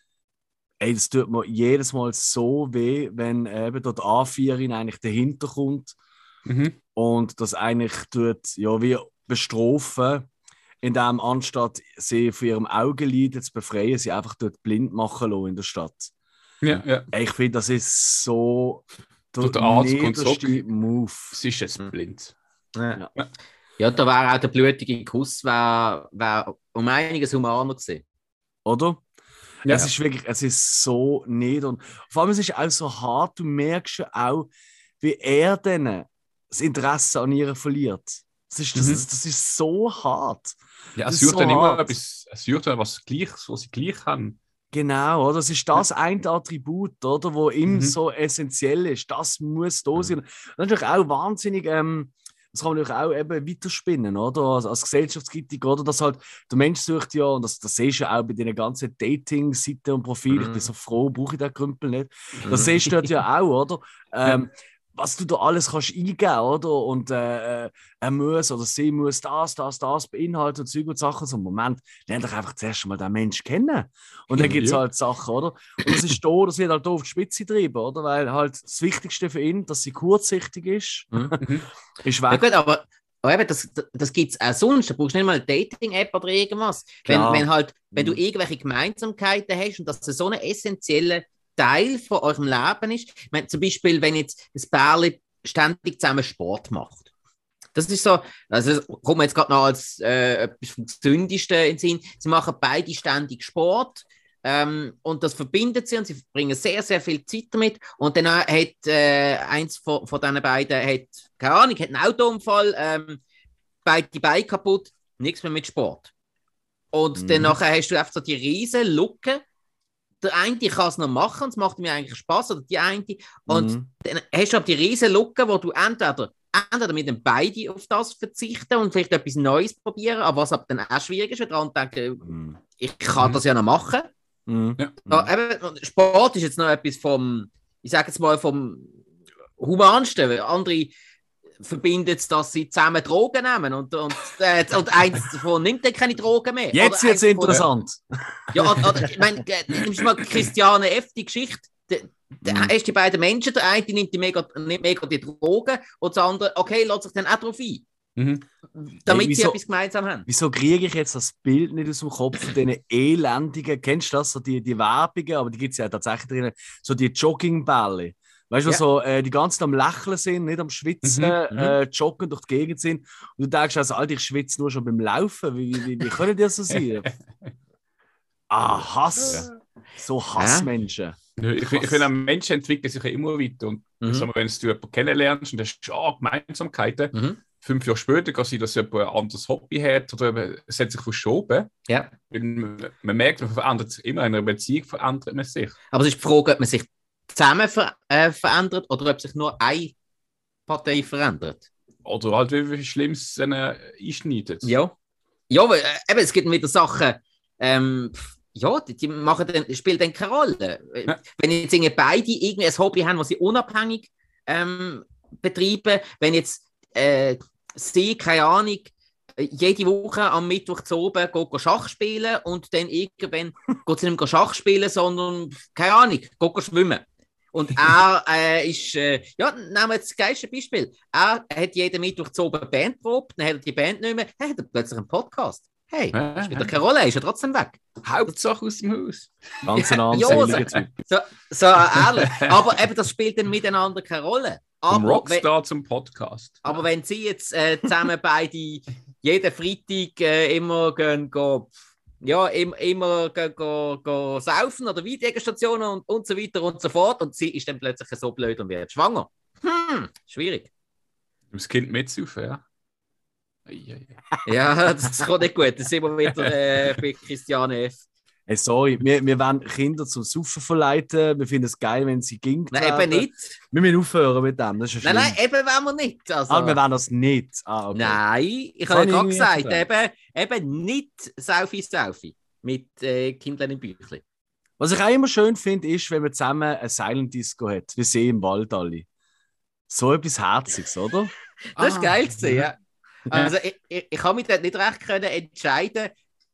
ey, das tut mir jedes Mal so weh, wenn eben dort A vier eigentlich dahinter kommt Mhm. und das eigentlich tut, ja, wie bestrafen, indem anstatt sie von ihrem Augenlid zu befreien, sie einfach dort blind machen lassen in der Stadt. Ja, ja. Ey, ich finde, das ist so Und der Arzt kommt niederste zurück. Move. Sie ist jetzt blind. Ja. Ja, da wäre auch der blutige Kuss wär, wär um einiges humaner gewesen. Oder? Ja. Es ist wirklich, es ist so nieder. Und vor allem, es ist auch so hart, du merkst ja auch, wie er dann das Interesse an ihr verliert. Das ist, das, Mhm. das, das ist so hart. Ja, Das es ist sucht so dann immer hart. etwas, es sucht dann was Gleiches, was sie gleich haben. Genau, oder? Das ist das ein Attribut, oder, wo ihm Mhm. so essentiell ist. Das muss da sein. Und natürlich auch wahnsinnig, ähm, das kann man natürlich auch eben weiterspinnen, oder? Als, als Gesellschaftskritik, oder? Dass halt der Mensch sucht ja, und das, das siehst du ja auch bei den ganzen Dating-Seiten und Profilen, ich bin so froh, brauche ich den Krümpel nicht. Das siehst du dort ja auch, oder? Ähm, was du da alles kannst eingeben, oder? Und äh, äh, er muss oder sie muss das, das, das beinhalten und Zeug und Sachen. So, Moment, lern doch einfach zuerst mal den Menschen kennen. Und dann gibt es Ja. halt Sachen, oder? Und das ist da, das wird halt da auf die Spitze getrieben, oder? Weil halt das Wichtigste für ihn, dass sie kurzsichtig ist, Mhm. ist Ja weg. gut, aber, aber eben, das, das, das gibt es auch sonst. Da brauchst du nicht mal eine Dating-App oder irgendwas. Wenn, Klar. wenn, halt, wenn du Mhm. irgendwelche Gemeinsamkeiten hast und dass das so ein essentieller Teil von eurem Leben ist. Ich meine, zum Beispiel, wenn jetzt ein Pärchen ständig zusammen Sport macht. Das ist so, also das kommt mir jetzt gerade noch als äh, etwas vom Gesündesten in den Sinn. Sie machen beide ständig Sport. Ähm, und das verbindet sie und sie verbringen sehr, sehr viel Zeit damit. Und dann hat äh, eins von, von diesen beiden, hat, keine Ahnung, hat einen Autounfall, ähm, beide die Beine kaputt, nichts mehr mit Sport. Und Mhm. dann nachher hast du einfach so die riesen Lücke. Der eine kann es noch machen, es macht mir eigentlich Spaß, oder die eine. Und Mhm. dann hast du aber die riesen Lücke, wo du entweder, entweder mit dem beide auf das verzichten und vielleicht etwas Neues probieren, aber was aber dann auch schwierig ist, weil der andere denkt, Mhm. ich kann Mhm. das ja noch machen. Mhm. Ja. Ja, eben, Sport ist jetzt noch etwas vom, ich sage jetzt mal, vom Humansten. Weil andere verbinden es, dass sie zusammen Drogen nehmen und, und, äh, und eins davon nimmt dann keine Drogen mehr. Jetzt Oder wird es eins davon- interessant. Ja, oder, oder ich meine, äh, nimmst du mal Christiane F., die Geschichte. Da Mhm. hast du die beiden Menschen, der eine nimmt, die mega, nimmt mega die Drogen und der andere, okay, lässt sich dann auch drauf ein. Mhm. Damit Hey, sie wieso- etwas gemeinsam haben. Wieso kriege ich jetzt das Bild nicht aus dem Kopf von diesen elendigen, kennst du das, so die, die Werbungen, aber die gibt es ja tatsächlich drin, so die Joggingbälle. Weißt du, Ja. so, äh, die ganze Zeit am Lächeln sind, nicht am Schwitzen, Mhm, mhm. äh, joggen durch die Gegend sind. Und du denkst, also, Alter, ich schwitze nur schon beim Laufen. Wie, wie, wie können die so sein? Ah, Hass. So Hassmenschen. Ja, ich, ich finde, Menschen entwickeln sich ja immer weiter. Und Mhm. ich sag mal, wenn du jemanden kennenlernst und hast ah, Gemeinsamkeiten, Mhm. fünf Jahre später kann sein, dass jemand ein anderes Hobby hat oder eben, es hat sich verschoben. Ja. Weil man, man merkt, man verändert sich immer. In einer Beziehung verändert man sich. Aber es ist die Frage, ob man sich zusammen ver äh, verändert oder ob sich nur eine Partei verändert. Oder halt, wie, wie schlimm es ihnen einschneidet. Ja. Ja, aber äh, eben, es gibt wieder Sachen, ähm, pf, ja, die, die machen dann, spielen dann keine Rolle. Äh, Ja. Wenn jetzt irgendwie beide irgendwie ein Hobby haben, was sie unabhängig ähm, betreiben, wenn jetzt äh, sie, keine Ahnung, äh, jede Woche am Mittwoch zu oben geht, geht Schach spielen und dann irgendwann geht sie nicht mehr Schach spielen, sondern, keine Ahnung, geht schwimmen. Und er äh, ist, äh, ja, nehmen wir jetzt das geilste Beispiel. Er hat jeden Mittwoch zu oben Band probt, dann hat er die Band nicht mehr, dann hat er plötzlich einen Podcast. Hey, Ja, spielt ja. er keine Rolle, ist er trotzdem weg. Hauptsache aus dem Haus. Ganz ein Ja, armseliger ja, Typ. So, so ehrlich. Aber eben, das spielt dann miteinander keine Rolle. Vom Aber, wenn, Rockstar zum Podcast. aber wenn sie jetzt äh, zusammen beide jeden Freitag äh, immer gehen, gehen, ja, im, immer gehen, gehen, gehen saufen oder Videostationen und, und so weiter und so fort und sie ist dann plötzlich so blöd und wird schwanger. Hm, schwierig. Das Kind mitsaufen, ja. Ei, ei, ei. Ja, das kommt nicht gut. Das sind wir wieder äh, bei Christiane F. Hey, sorry, wir, wir wollen Kinder zum Saufen verleiten. Wir finden es geil, wenn sie gingt Nein, eben nicht. Wir müssen aufhören mit dem, das ist ja Nein, schlimm. nein, eben wollen wir nicht. Also, Ah, wir wollen das nicht. Ah, okay. Nein, ich Das habe habe ja ich gerade irgendwie gesagt, eben, eben nicht Selfie, Selfie mit äh, Kindern im Büchlein. Was ich auch immer schön finde, ist, wenn man zusammen eine Silent Disco hat. Wir sehen im Wald alle. So etwas Herziges, oder? Das ist Ah, geil zu sehen, ja. ja. Also ich, ich, ich habe mich dort nicht recht können entscheiden,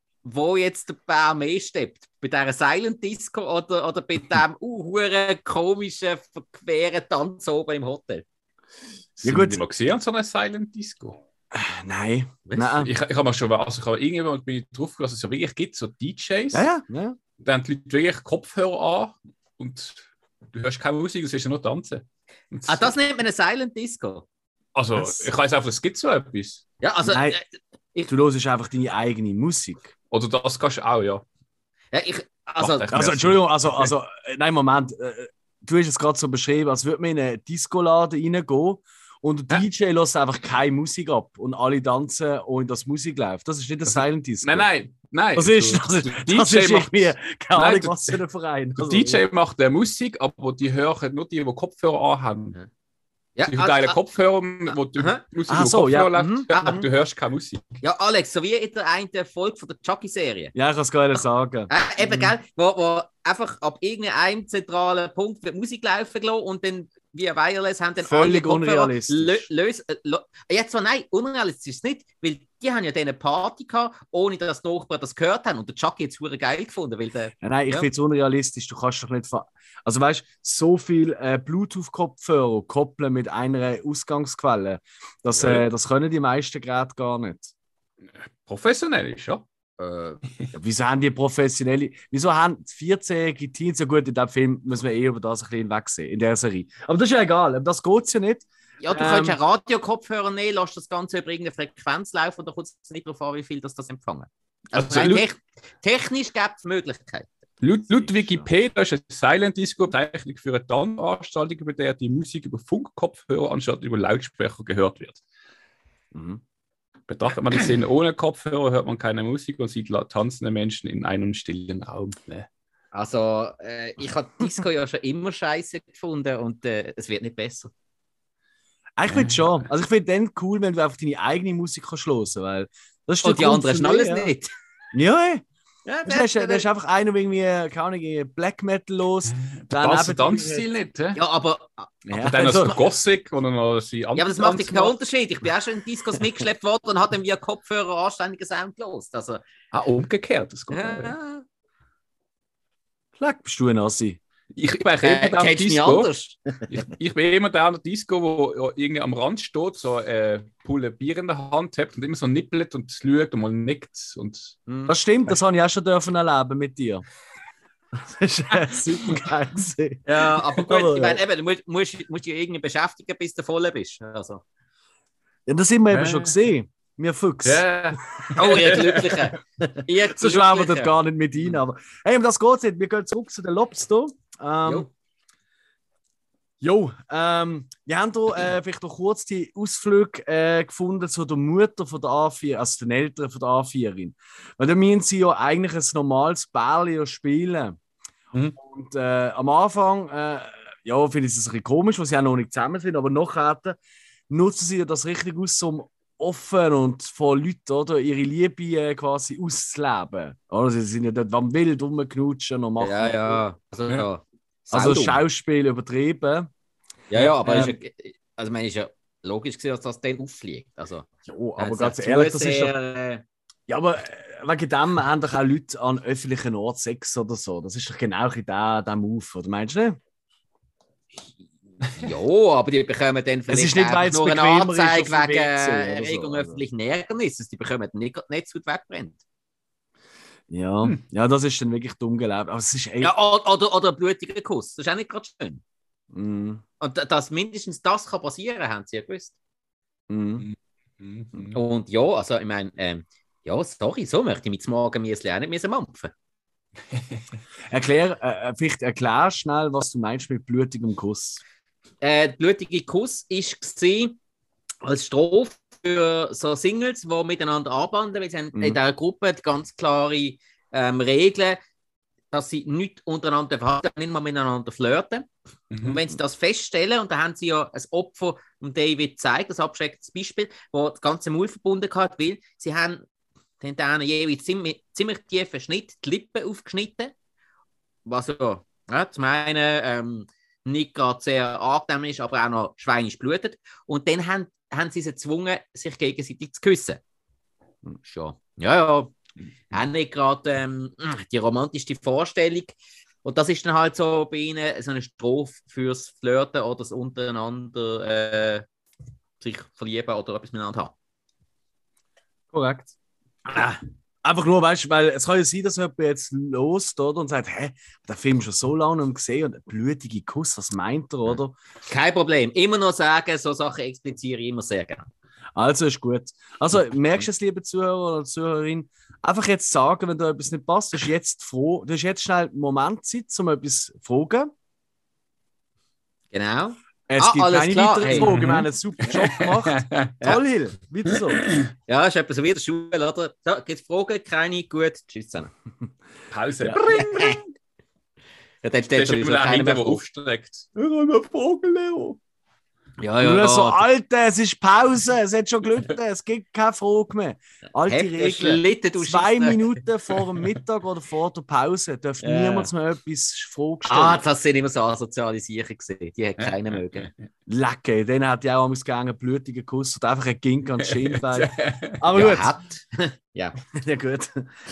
wo jetzt der Bär mehr steppt. Bei dieser Silent Disco oder, oder bei diesem uh, hure komischen, verqueren Tanz oben im Hotel. Sind gut. die mal gesehen an so einer Silent Disco? Nein. Was? Nein. Ich, ich habe mal schon, also ich habe irgendwann bin ich drauf gekommen, dass es ja wirklich gibt, so D Js. Ja, ja. ja. Dann haben die Leute wirklich Kopfhörer an und du hörst keine Musik, du siehst ja nur tanzen. Und Ah, das nennt man eine Silent Disco. also, das- ich weiß einfach, es gibt so etwas. Ja, also Nein. äh, Du hörst einfach deine eigene Musik. Oder das kannst du auch, ja. ja, ich, also Macht echt Also, mehr Entschuldigung, also, also äh, nein, Moment. Äh, Du hast es gerade so beschrieben, als würde man in einen Discoladen reingehen und der D J lässt einfach keine Musik ab und alle tanzen, ohne dass Musik läuft. Das ist nicht ein Silent Disco. Nein, nein, nein. Das ist, das ist, das ist irgendwie keine Ahnung, was für ein Verein. Der D J macht äh, Musik, aber die hören nur die, die Kopfhörer anhaben. Ja, die also, geile ah, Kopfhörer, wo du aha. Musik Ah, über so, Kopfhörer ja, läuft, mhm. aber du hörst keine Musik. Ja, Alex, so wie in der einen Folge von der Chucky-Serie. Ja, ich kann es gar nicht sagen. Äh, eben, gell? Wo, wo einfach ab irgendeinem zentralen Punkt wird Musik laufen gelassen und dann via Wireless haben dann Völlig alle Kopfhörer unrealistisch. lö- lös- äh, lo- Jetzt zwar nein, unrealistisch ist es nicht, weil die haben ja dann eine Party gehabt, ohne dass die Nachbarn das gehört haben und der Chucky hat es verdammt geil gefunden, weil der... Ja, nein, ich Ja. finde es unrealistisch. Du kannst doch nicht. Ver also, weißt du, so viel äh, Bluetooth-Kopfhörer koppeln mit einer Ausgangsquelle, das, äh, das können die meisten Geräte gar nicht. Professionell ist, ja. Äh, Ja, wieso haben die professionelle. Wieso haben vierzehnjährige Teens so gut in diesem Film, müssen wir eh über das ein bisschen hinwegsehen, in der Serie. Aber das ist ja egal, um das geht es ja nicht. ja, du Ähm. kannst einen Radiokopfhörer nehmen, lass das Ganze über irgendeine Frequenz laufen und dann kommt es nicht darauf an, wie viel das, das empfangen. Also, Also, rein laut- tech technisch gibt es Möglichkeiten. Laut, laut Wikipedia ist ein Silent Disco Bezeichnung für eine Tanzveranstaltung, bei der die Musik über Funkkopfhörer anstatt über Lautsprecher gehört wird. Mhm. Betrachtet man die Szene ohne Kopfhörer, hört man keine Musik und sieht la- tanzende Menschen in einem stillen Raum. Ne? Also, äh, ich habe Disco ja schon immer scheiße gefunden und äh, es wird nicht besser. Ah, Ich finde schon. Also ich finde dann cool, wenn du einfach deine eigene Musik kannst hören, weil das ist Und die der Grund anderen für schnallen mich, es ja. nicht. Ja, ey. Ja, Das ist, das ist einfach einer, der irgendwie, keine Ahnung, irgendwie Black Metal los. Dann Das eben- Tanzstil nicht, hä? ja, aber, Ja, Aber dann also, als Gothic, wo dann noch sie ja, aber das macht ja keinen Unterschied. Ich bin auch schon in Discos mitgeschleppt worden und habe dann via Kopfhörer anständigen Sound gelost. Also, Ah, umgekehrt. Das geht auch. ja, Leck, bist du ein Assi. Ich, ich bin eigentlich äh, immer der kennst du mich Disco. anders? Ich, ich bin immer der an der Disco, wo irgendwie am Rand steht, so eine Pulle Bier in der Hand hat und immer so nippelt und schaut und mal nickt. Und Hm. Das stimmt, das habe ich auch schon dürfen erleben mit dir. Das ist äh, super geil gewesen. Ja, aber gut, Aber, ich meine, eben, du musst, musst, musst dich irgendwie beschäftigen, bis du voll bist. Also. Ja, das haben wir eben Äh. schon gesehen. Wir Fuchs. ja. Oh, ihr Glücklichen. Ihr So schwärmen wir dort Glücklichen. gar nicht mit rein. Aber hey, um das geht es nicht. Wir gehen zurück zu den Lobster. Ähm, Jo. Jo, ähm, wir haben hier äh, vielleicht noch kurz die Ausflüge äh, gefunden zu der Mutter von der A vier, also den Eltern von der A vierin. Weil da müssen sie ja eigentlich ein normales Bärli spielen. Mhm. Und äh, am Anfang, äh, ja, finde ich es ein bisschen komisch, weil sie auch noch nicht zusammen sind, aber nachher nutzen sie das richtig aus, um offen und von Leuten oder, ihre Liebe äh, quasi auszuleben. Oder? Sie sind ja dort am Wild rumknutschen und machen. Ja, ja. Also, Ja. ja. Also Saudumm. Schauspiel übertrieben. Ja, ja, aber Ähm, ist ja, also, ich meine, ist ja logisch gewesen, dass das dann auffliegt. Also, Jo, aber es ganz hat ehrlich, das ist doch, Zuseher, äh, ja, aber äh, wegen dem haben doch auch Leute an öffentlichen Orten Sex oder so. Das ist doch genau ein der, der Move, oder meinst du nicht? Ja, aber die bekommen dann vielleicht ist nicht, weil einfach es nur eine bequemer ist Anzeige auf dem wegen W C oder so, Erregung also. öffentlichen Ärgernisses. Die bekommen nicht, nicht zu wegbrennt. Ja, ja, das ist dann wirklich dumm gelaufen. Aber es ist echt. Ja, oder, oder, oder ein blutiger Kuss. Das ist auch nicht gerade schön. Mm, Und da- dass mindestens das kann passieren, haben sie ja gewusst. mm. Mhm. Und ja, also ich meine, ähm, ja, sorry, so möchte ich mit dem Morgenmüsli auch nicht müssen mampfen. Erklär, äh, vielleicht erklär schnell, was du meinst mit blutigem Kuss. Äh, der blutige Kuss war als Strophe für so Singles, die miteinander anbanden, weil sie haben Mhm. in dieser Gruppe die ganz klare ähm, Regeln, dass sie nicht untereinander verhalten, nicht mal miteinander flirten. Mhm. Und wenn sie das feststellen, und da haben sie ja ein Opfer um David gezeigt, das abschreckendes Beispiel, wo das ganze Maul verbunden hat, weil sie haben den denen jeweils ziemlich, ziemlich tiefen Schnitt, die Lippen aufgeschnitten, was ja, ja zum einen ähm, nicht gerade sehr angenehm ist, aber auch noch schweinisch blutet. Und dann haben, haben sie sie gezwungen, sich gegenseitig zu küssen. Schon. Ja, ja. Auch nicht gerade ähm, die romantischste Vorstellung. Und das ist dann halt so bei ihnen so eine Strophe fürs Flirten oder das untereinander äh, sich verlieben oder etwas miteinander haben. Korrekt. Ah, einfach nur, weißt du, weil es kann ja sein, dass jemand jetzt lost oder, und sagt, hä, der Film schon so lange nicht gesehen und ein blutiger Kuss, was meint er, oder? Kein Problem. Immer noch sagen, so Sachen expliziere ich immer sehr gerne. Also ist gut. Also merkst du es, liebe Zuhörer oder Zuhörerin, einfach jetzt sagen, wenn da etwas nicht passt, du hast jetzt froh, du hast jetzt schnell einen Moment Zeit, um etwas zu fragen. Genau. Es Ah, gibt alles keine klar, weiteren hey. Fragen. Wir Mhm. haben einen super Job gemacht. Toll, Hill. Wieder so. Ja, ist etwa so wie in der Schule, oder? So, gibt es Fragen? Keine? Gut. Tschüss zusammen. Pause. Ja. Ja, dann Der stellt ist sowieso immer der keiner hinten, mehr der Fragen. aufstreckt. Ich habe eine Frage, Leo. Ja, Und ja, nur so, ja. Alter, es ist Pause, es hat schon gelitten, es gibt keine Frage mehr. Alte Hebt den Regeln. Schlitten, du Zwei Scheissdreck. Minuten vor dem Mittag oder vor der Pause darf Ja. niemand mehr etwas Fragen stellen. Ah, das sind immer so asoziale Sachen gesehen. Die hat keiner mögen. Lecker, den hat ja auch am Ausgang blutigen Kuss und einfach ein Gink an das Schienbein. Aber Ja, gut. hat. Ja. Ja, gut.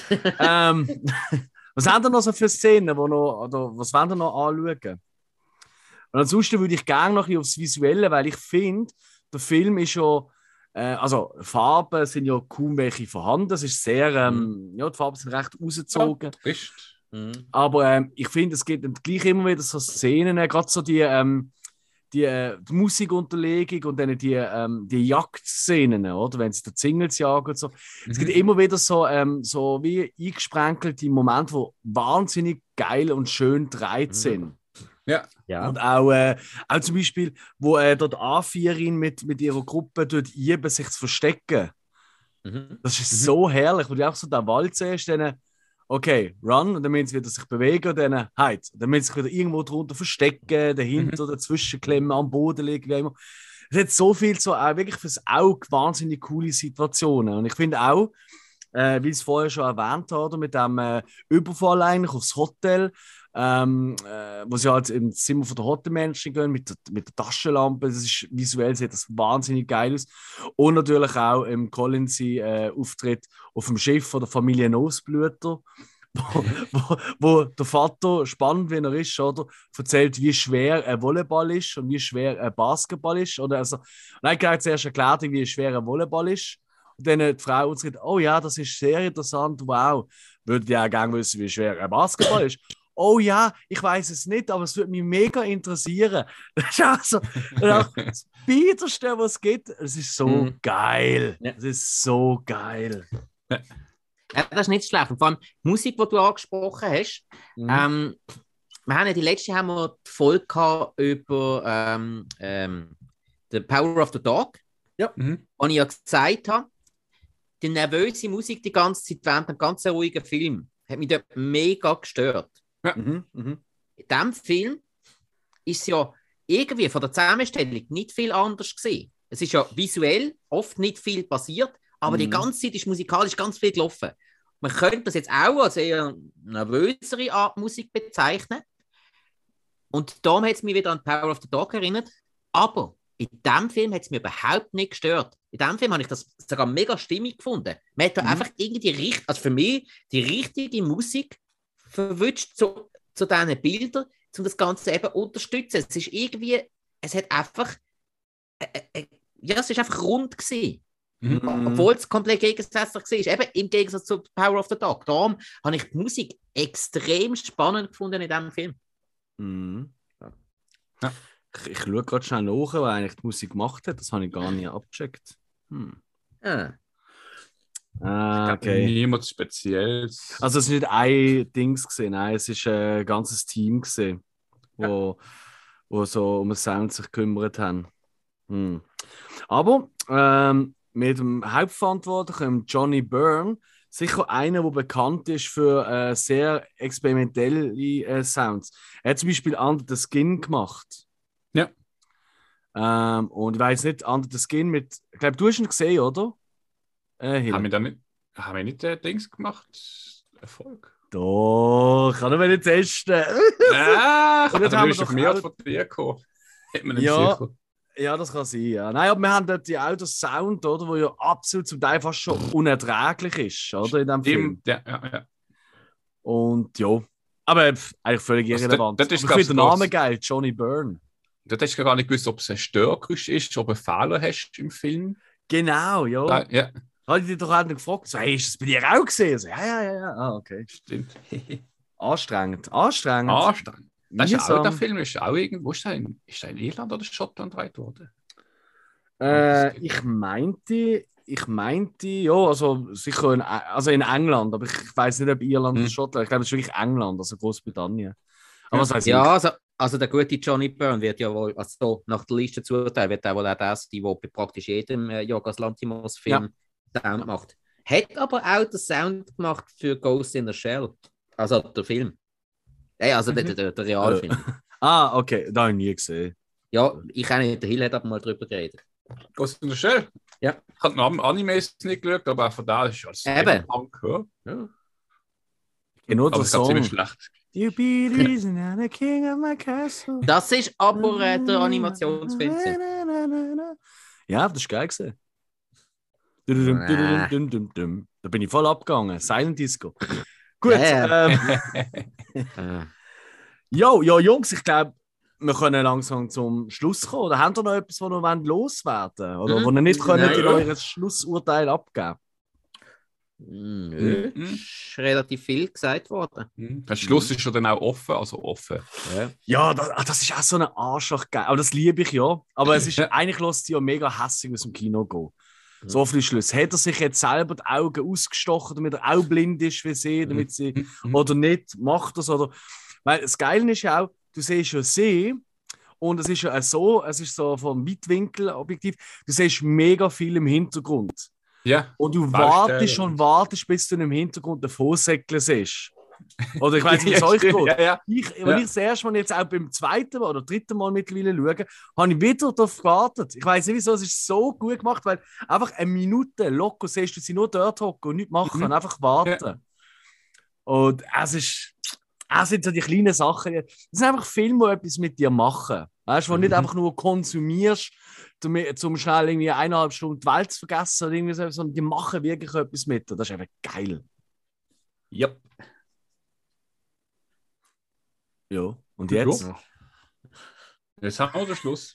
ähm, was haben ihr noch so für Szenen, wo noch, oder was wollt ihr noch anschauen? Und ansonsten würde ich gerne noch ein bisschen aufs Visuelle, weil ich finde, der Film ist ja, äh, also Farben sind ja kaum welche vorhanden. Es ist sehr, ähm, ja, die Farben sind recht rausgezogen. Bist. Mhm. Aber ähm, ich finde, es gibt gleich immer wieder so Szenen, äh, gerade so die, ähm, die, äh, die Musikunterlegung und dann die, ähm, die Jagdszenen, oder? Wenn sie den Zingels jagen und so. Es gibt immer wieder so, ähm, so wie eingesprenkelte Momente, die wahnsinnig geil und schön gedreht sind. Ja. Ja. Und auch, äh, auch zum Beispiel, wo äh, dort A vierin mit, mit ihrer Gruppe dort üben, sich zu verstecken. Mhm. Das ist Mhm. so herrlich. Und du auch so den Wald siehst, dann, okay, run, und dann müssen sie wieder sich bewegen, und dann halt. Dann müssen sie sich wieder irgendwo drunter verstecken, dahinter, dazwischen klemmen, am Boden liegen, wie immer. Es hat so viel, so auch wirklich fürs Auge wahnsinnig coole Situationen. Und ich finde auch, äh, wie ich es vorher schon erwähnt habe, mit dem äh, Überfall eigentlich aufs Hotel, ähm, äh, wo sie halt ins Zimmer von der Hotelmenschen gehen mit der, mit der Taschenlampe. Das ist visuell sieht das wahnsinnig geil aus. Und natürlich auch im Collins äh, Auftritt auf dem Schiff von der Familie Nosblüter, wo, wo, wo der Vater, spannend wie er ist, oder, erzählt, wie schwer ein Volleyball ist und wie schwer ein Basketball ist. Oder also, nein, ich habe zuerst erklärt, wie schwer ein Volleyball ist. Und dann die Frau sagt, oh ja, das ist sehr interessant, wow. Würde ich auch gerne wissen, wie schwer ein Basketball ist. Oh ja, ich weiß es nicht, aber es würde mich mega interessieren. Das ist auch so, auch das Biederste, was es gibt. Es ist so Mhm. geil. Ja. Es ist so geil. Ja, das ist nicht schlecht. Und vor allem die Musik, die du angesprochen hast. Mhm. Ähm, wir haben ja die letzte haben wir die Folge gehabt über ähm, ähm, The Power of the Dog. Mhm. Und ich ja gesagt habe, die nervöse Musik die ganze Zeit während dem ganzen ruhigen Film hat mich dort mega gestört. Mhm. Mhm. In diesem Film ist es ja irgendwie von der Zusammenstellung nicht viel anders gewesen. Es ist ja visuell oft nicht viel passiert, aber Mhm. die ganze Zeit ist musikalisch ganz viel gelaufen. Man könnte das jetzt auch als eher nervösere Art Musik bezeichnen. Und darum hat es mich wieder an Power of the Dog erinnert. Aber in diesem Film hat es mir überhaupt nicht gestört. In diesem Film habe ich das sogar mega stimmig gefunden. Man hat da Mhm. einfach irgendwie die richt- also für mich die richtige Musik verwünscht zu, zu diesen Bildern, um das Ganze eben unterstützen. Es ist irgendwie, es hat einfach, äh, äh, ja, es ist einfach rund gewesen. Mhm. Obwohl es komplett gegensätzlich war. Eben im Gegensatz zu Power of the Dog. Darum habe ich die Musik extrem spannend gefunden in diesem Film. Mhm. Ja. Ich, ich schaue gerade schnell nach, wer eigentlich die Musik gemacht hat. Das habe ich gar nicht abgecheckt. Hm. Ah. Ah, okay. Niemand Spezielles. Also es ist nicht ein Dings gesehen, nein, es ist ein ganzes Team gesehen, wo, wo so um den Sound sich gekümmert haben. Hm. Aber ähm, mit dem Hauptverantwortlichen Johnny Byrne, sicher einer, der bekannt ist für äh, sehr experimentelle äh, Sounds. Er hat zum Beispiel Under the Skin gemacht. Ja. Ähm, und ich weiß nicht, Under the Skin mit, ich glaube, du hast ihn gesehen, oder? Äh, Hille? haben wir da nicht, haben wir nicht äh, Dings gemacht? Erfolg. Doch, kann ich nicht testen. Ah, Und jetzt da haben wir bist du doch von mir auch- von dir gekommen. Hätte man nicht Ja. sicher. Ja, das kann sein, ja. Nein, aber wir haben dort die auch den Sound, oder, wo ja absolut zum Teil fast schon unerträglich ist, oder, in dem Film. Stimmt, ja, ja, ja. Und ja, aber pff, eigentlich völlig Also, irrelevant. das- das ist, Aber ich finde den glaub ich, Namen geil, Johnny Byrne. Du hast gar nicht gewusst, ob es ein Störgeräusch ist, ob du einen Fehler hast im Film. Genau, ja. Ah, ja, Habe ich dich doch auch noch gefragt, so, hey, ist das bei dir auch gesehen? So, ja, ja, ja, ja. Ah, okay. stimmt. Anstrengend, anstrengend. Anstrengend. Das ist Mühsam. auch der Film, ist auch irgendwo, ist der in, ist der in Irland oder Schottland gedreht worden? Äh, ich meinte, ich meinte, ja, also sicher in, also in England, aber ich weiß nicht, ob Irland oder Hm. Schottland. Ich glaube, es ist wirklich England, also Großbritannien. Aber Ja. was weiß Ja, ich? also, also der gute Johnny Byrne wird ja wohl, also nach der Liste zuteilen, wird er wohl auch das sein, der bei praktisch jedem äh, Yorgos Lanthimos-Film ja. Sound macht. Hat aber auch den Sound gemacht für Ghost in the Shell. Also der Film. Hey, also mhm. der, der, der Realfilm. ah, okay, da habe ich nie gesehen. Ja, ich auch nicht. Der Hill hat aber mal drüber geredet. Ghost in the Shell? Ja. Ich habe noch Animes nicht geschaut, aber auch von da ist alles Eben. Punk, ja. Ja. Genau aber der es ist ziemlich Song. schlecht. You be the reason I'm the king of my castle. Das ist aber äh, der Animationsfilm. Ja, das ist geil gewesen. Dum, dum, dum, dum, dum, dum. Da bin ich voll abgegangen. Silent Disco. Gut. Ja, ähm, ja. Jo, ja, Jungs, ich glaube, wir können langsam zum Schluss kommen. Oder habt ihr noch etwas, was ihr loswerden wollt? Oder Mhm. wo ihr nicht könnt Nein. in euer Schlussurteil abgeben? Nö, Mhm. ist relativ viel gesagt worden. Mhm. Der Schluss ist ja dann auch offen, also offen. Ja. Ja, das, ah, das ist auch so ein Arschloch geil. Aber das liebe ich ja. Aber es ist eigentlich lässt sie ja mega hässlich aus dem Kino gehen. So viel Schluss. Hat er sich jetzt selber die Augen ausgestochen, damit er auch blind ist wie sie, damit sie Mhm. oder nicht macht das oder. Weil das Geile ist ja auch, du siehst ja sie und es ist ja auch so, es ist so vom Weitwinkelobjektiv, du siehst mega viel im Hintergrund. Ja. Und du Baustelle. wartest und wartest, bis du im Hintergrund den Vorsäckle siehst. Oder ich weiß nicht, wie es Ja, euch stimmt. geht. Ja, ja. Ich, Ja. wenn ich das erste Mal jetzt auch beim zweiten Mal oder dritten Mal mittlerweile schaue, habe ich wieder darauf gewartet. Ich weiß nicht wieso, es ist so gut gemacht, weil einfach eine Minute locker siehst du sie nur dort hocken und nichts machen Mhm. und einfach warten. Ja. Und es ist, es sind so die kleinen Sachen. Das sind einfach Filme, die etwas mit dir machen. Weißt du, wo du nicht Mhm. einfach nur konsumierst, damit- zum schnell irgendwie eineinhalb Stunden die Welt zu vergessen oder irgendwie so, sondern die machen wirklich etwas mit dir. Das ist einfach geil. Ja. Ja. Und jetzt? Ja. Jetzt haben wir den Schluss.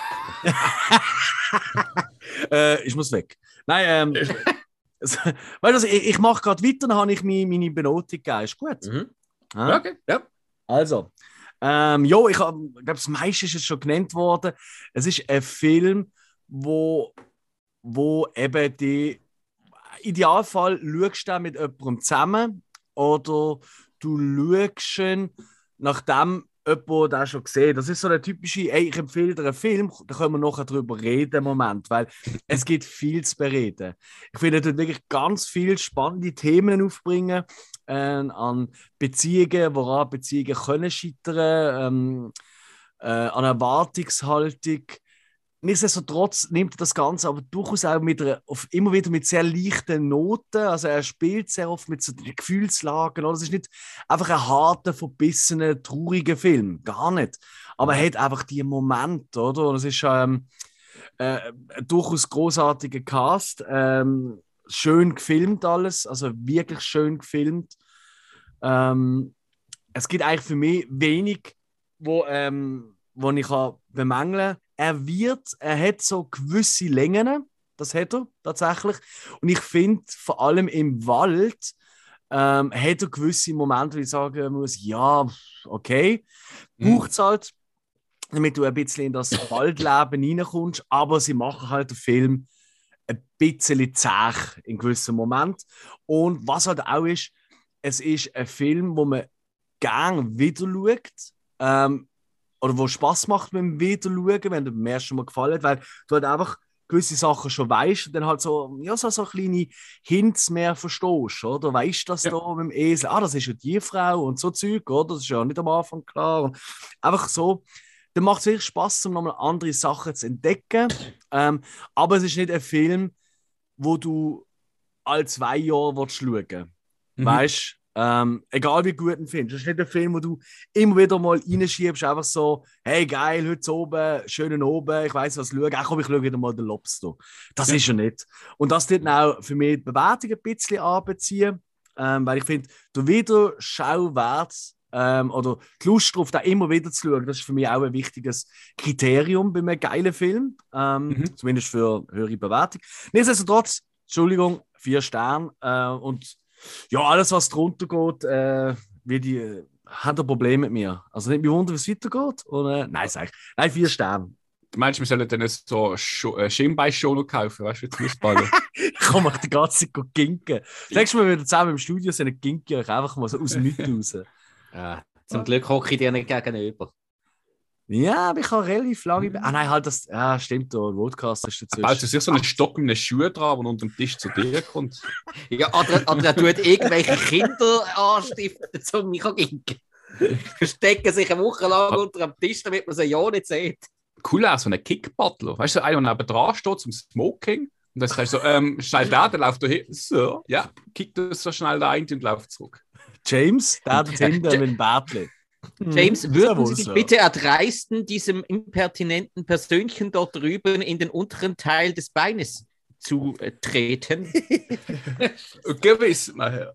äh, ich muss weg. Nein, ähm. weißt du, also, ich, ich mache gerade weiter, dann habe ich meine, meine Benotung gegeben. Ist gut. Mhm. Ah? Okay. Ja. Also, ähm, jo, ich hab- ich glaube, das meiste ist jetzt schon genannt worden. Es ist ein Film, wo, wo eben die Idealfall schaust du den mit jemandem zusammen oder du schaust ihn, nachdem jemand den schon gesehen hat. Das ist so eine typische, ey, ich empfehle dir einen Film, da können wir nachher drüber reden im Moment, weil es gibt viel zu bereden. Ich finde, er tut wirklich ganz viele spannende Themen aufbringen äh, an Beziehungen, woran Beziehungen können scheitern, ähm, äh, an Erwartungshaltung. Nichtsdestotrotz nimmt er das Ganze aber durchaus auch mit einer, auf, immer wieder mit sehr leichten Noten. Also er spielt sehr oft mit so den Gefühlslagen. Oder? Es ist nicht einfach ein harter, verbissener, trauriger Film. Gar nicht. Aber er hat einfach die Momente, oder? Und es ist ähm, äh, ein durchaus großartiger Cast. Ähm, schön gefilmt alles. Also wirklich schön gefilmt. Ähm, es gibt eigentlich für mich wenig, wo, ähm, wo ich kann bemängeln kann. Er wird, er hat so gewisse Längen, das hat er tatsächlich. Und ich finde, vor allem im Wald ähm, hat er gewisse Momente, wo ich sagen muss, ja, okay, Mhm. braucht es halt, damit du ein bisschen in das Waldleben reinkommst, aber sie machen halt den Film ein bisschen zäh in gewissen Momenten. Und was halt auch ist, es ist ein Film, wo man gerne wieder schaut, ähm, oder wo Spaß macht beim Wiederschauen, wenn dir beim ersten Mal gefallen hat, weil du halt einfach gewisse Sachen schon weißt und dann halt so, ja, so, so kleine Hints mehr verstehst, oder? Weißt du das Ja. da mit dem Esel? Ah, das ist ja die Frau und so Zeug, oder? Das ist ja nicht am Anfang klar. Und einfach so, dann macht es wirklich Spaß, um nochmal andere Sachen zu entdecken. Ähm, aber es ist nicht ein Film, wo du alle zwei Jahre willst schauen willst. Mhm. Weißt du? Ähm, egal wie gut du ihn findest. Das ist nicht ein Film, wo du immer wieder mal reinschiebst, einfach so, hey geil, heute oben, schönen oben, ich weiss, was schauen. Ach komm, ich schaue wieder mal den Lobster. Das Ja. ist er nicht. Und das tut auch für mich die Bewertung ein bisschen anbeziehen, ähm, weil ich finde, der Wiederschauwert ähm, oder die Lust darauf, da immer wieder zu schauen, das ist für mich auch ein wichtiges Kriterium bei einem geilen Film. Ähm, Mhm. Zumindest für höhere Bewertung. Nichtsdestotrotz, Entschuldigung, vier Sterne äh, und ja, alles, was drunter geht, äh, wie die, äh, hat ein Problem mit mir. Also nicht mich wundern, wie es weitergeht. Oder? Nein, sag ich. Nein, vier Sterne. Du meinst, wir sollen dann so Scho- äh, Schienbein-Schoner kaufen, weißt du, wie Fußballer? Ich kann mich die ganze Zeit ginken. Das nächste Mal, wenn wir zusammen im Studio sind, ginke ich euch einfach mal so aus dem Nichts raus. Ja, zum Glück hocke ich dir nicht gegenüber. Ja, aber ich habe relativ lange... Ah nein, halt das... Ja, stimmt, der Roadcaster ist dazwischen. Baut sich so einen Stock mit einem Schuh dran, der unter dem Tisch zu dir kommt. Ja, oder, oder er tut irgendwelche Kinder anstiften, zum mich ginken. Verstecken sich eine Woche lang unter dem Tisch, damit man sie ja nicht sieht. Cool auch, so ein Kick-Butler. Weißt du, einer, der neben dran steht zum Smoking. Und dann sagst du so, ähm, schnell da, dann läuft er hin. So, ja, kickt das so schnell da ein und läuft zurück. James, der dort hinten mit dem Bärtli. James, Hm, würden sehr Sie sich wohl so. bitte erdreisten, diesem impertinenten Persönchen dort drüben in den unteren Teil des Beines zu äh, treten? Gewiss, mein Herr.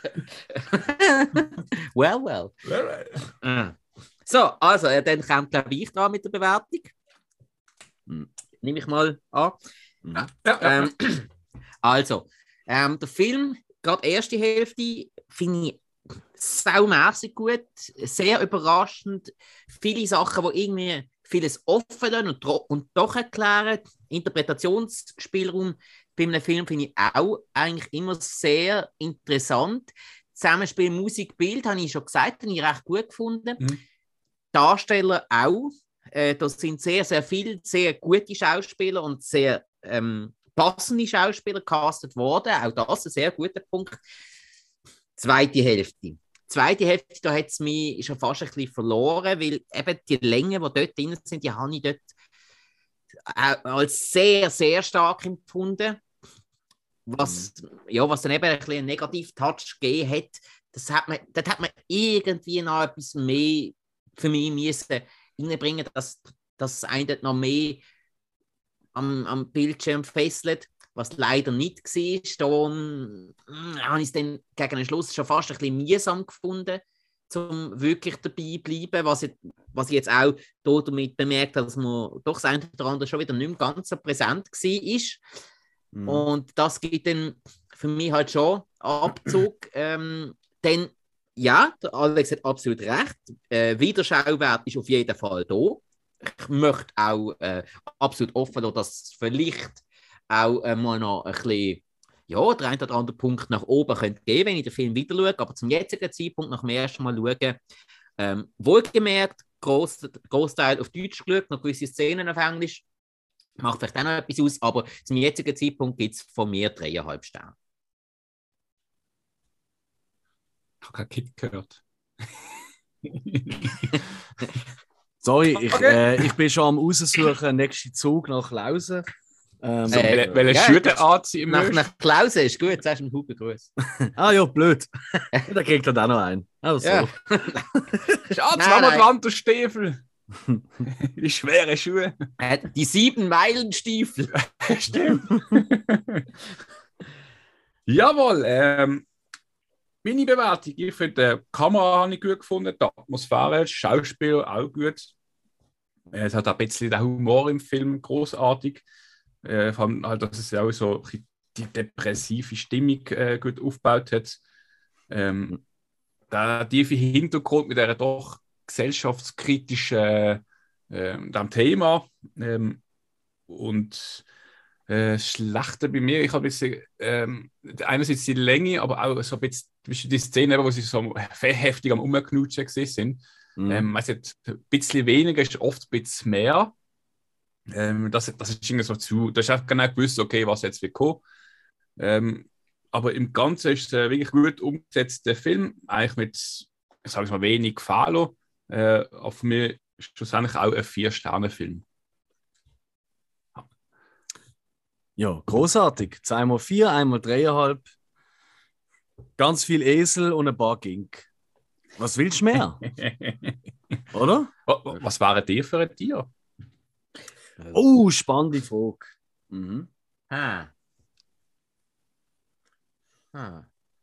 Well, well. Ah. So, also, äh, dann kommt, glaube ich, dran mit der Bewertung. Hm. Nehme ich mal an. Ja, ja, ja. Ähm, also, ähm, der Film, gerade die erste Hälfte, finde ich saumässig gut, sehr überraschend. Viele Sachen, die irgendwie vieles offen lassen und, tro- und doch erklären. Interpretationsspielraum bei einem Film finde ich auch eigentlich immer sehr interessant. Zusammenspiel Musik, Bild, habe ich schon gesagt, habe ich recht gut gefunden. Mhm. Darsteller auch. Äh, das sind sehr, sehr viele sehr gute Schauspieler und sehr ähm, passende Schauspieler gecastet worden. Auch das ein sehr guter Punkt. Zweite Hälfte. Zweite Hälfte, da hat es mich schon fast ein bisschen verloren, weil eben die Längen, die dort drin sind, die habe ich dort auch als sehr, sehr stark empfunden. Was, mhm. ja, was dann eben ein bisschen einen Negativ-Touch gegeben hat, das hat man, dort hat man irgendwie noch etwas mehr für mich müssen reinbringen, dass, dass einen dort noch mehr am, am Bildschirm fesselt, was leider nicht war. Da habe ich es dann gegen den Schluss schon fast ein bisschen mühsam gefunden, um wirklich dabei zu bleiben, was ich, was ich jetzt auch damit bemerkt habe, dass man doch das eine oder andere schon wieder nicht mehr ganz so präsent war. Mhm. Und das gibt dann für mich halt schon Abzug. ähm, denn ja, der Alex hat absolut recht. Äh, Wiederschauwert ist auf jeden Fall da. Ich möchte auch äh, absolut offen lassen, dass vielleicht auch äh, mal noch ein bisschen, ja, der ein oder andere Punkt nach oben könnte geben, wenn ich den Film wieder schaue. Aber zum jetzigen Zeitpunkt, nach dem ersten Mal schauen, ähm, wohlgemerkt, Gross, Großteil auf Deutsch geschaut, noch gewisse Szenen auf Englisch. Macht vielleicht auch noch etwas aus, aber zum jetzigen Zeitpunkt gibt es von mir dreieinhalb Sterne. Ich habe keinen Kick gehört. Sorry, ich, Okay. äh, ich bin schon am Raussuchen, nächsten Zug nach Lausen. Ähm, So, Äh, welche welche ja, Schuhe der anziehen Nach, möchtest? nach Klause ist gut, sagst du einen Hupen Gruß. ah ja, blöd. Da kriegt er auch noch einen. Also, Ja. Schatz, Nein, lass mal nein. dran, der Stiefel. Die schwere Schuhe. Äh, Die sieben Meilenstiefel. Stimmt. Jawohl. Ähm, meine Bewertung. Ich finde, die Kamera habe ich gut gefunden, die Atmosphäre, das Schauspiel auch gut. Äh, Es hat auch ein bisschen den Humor im Film großartig. Äh, vor allem halt, dass es ja auch so ein bisschen die depressive Stimmung äh, gut aufgebaut hat. Ähm, der tiefe Hintergrund mit einer doch gesellschaftskritischen äh, dem Thema. Ähm, und äh, Schlechte bei mir, ich habe ein bisschen, ähm, einerseits die Länge, aber auch so ein bisschen zwischen die Szene, wo sie so heftig am Umknutschen sind. Mhm. Ähm, also ein bisschen weniger ist oft ein bisschen mehr. Ähm, das, das ist irgendwie so zu, da ist einfach genau gewusst, okay, was jetzt wird kommen. Ähm, aber im Ganzen ist es ein wirklich gut umgesetzter Film, eigentlich mit, sage ich mal, wenig Fehler. Äh, aber für mich ist schlussendlich auch ein Vier-Sterne-Film. Ja, großartig. Zweimal vier, einmal dreieinhalb. Ganz viel Esel und ein paar Gink. Was willst du mehr? Oder? Was wäre dir für ein Tier? Oh, spannende Frage. Mhm. Ah. Ah.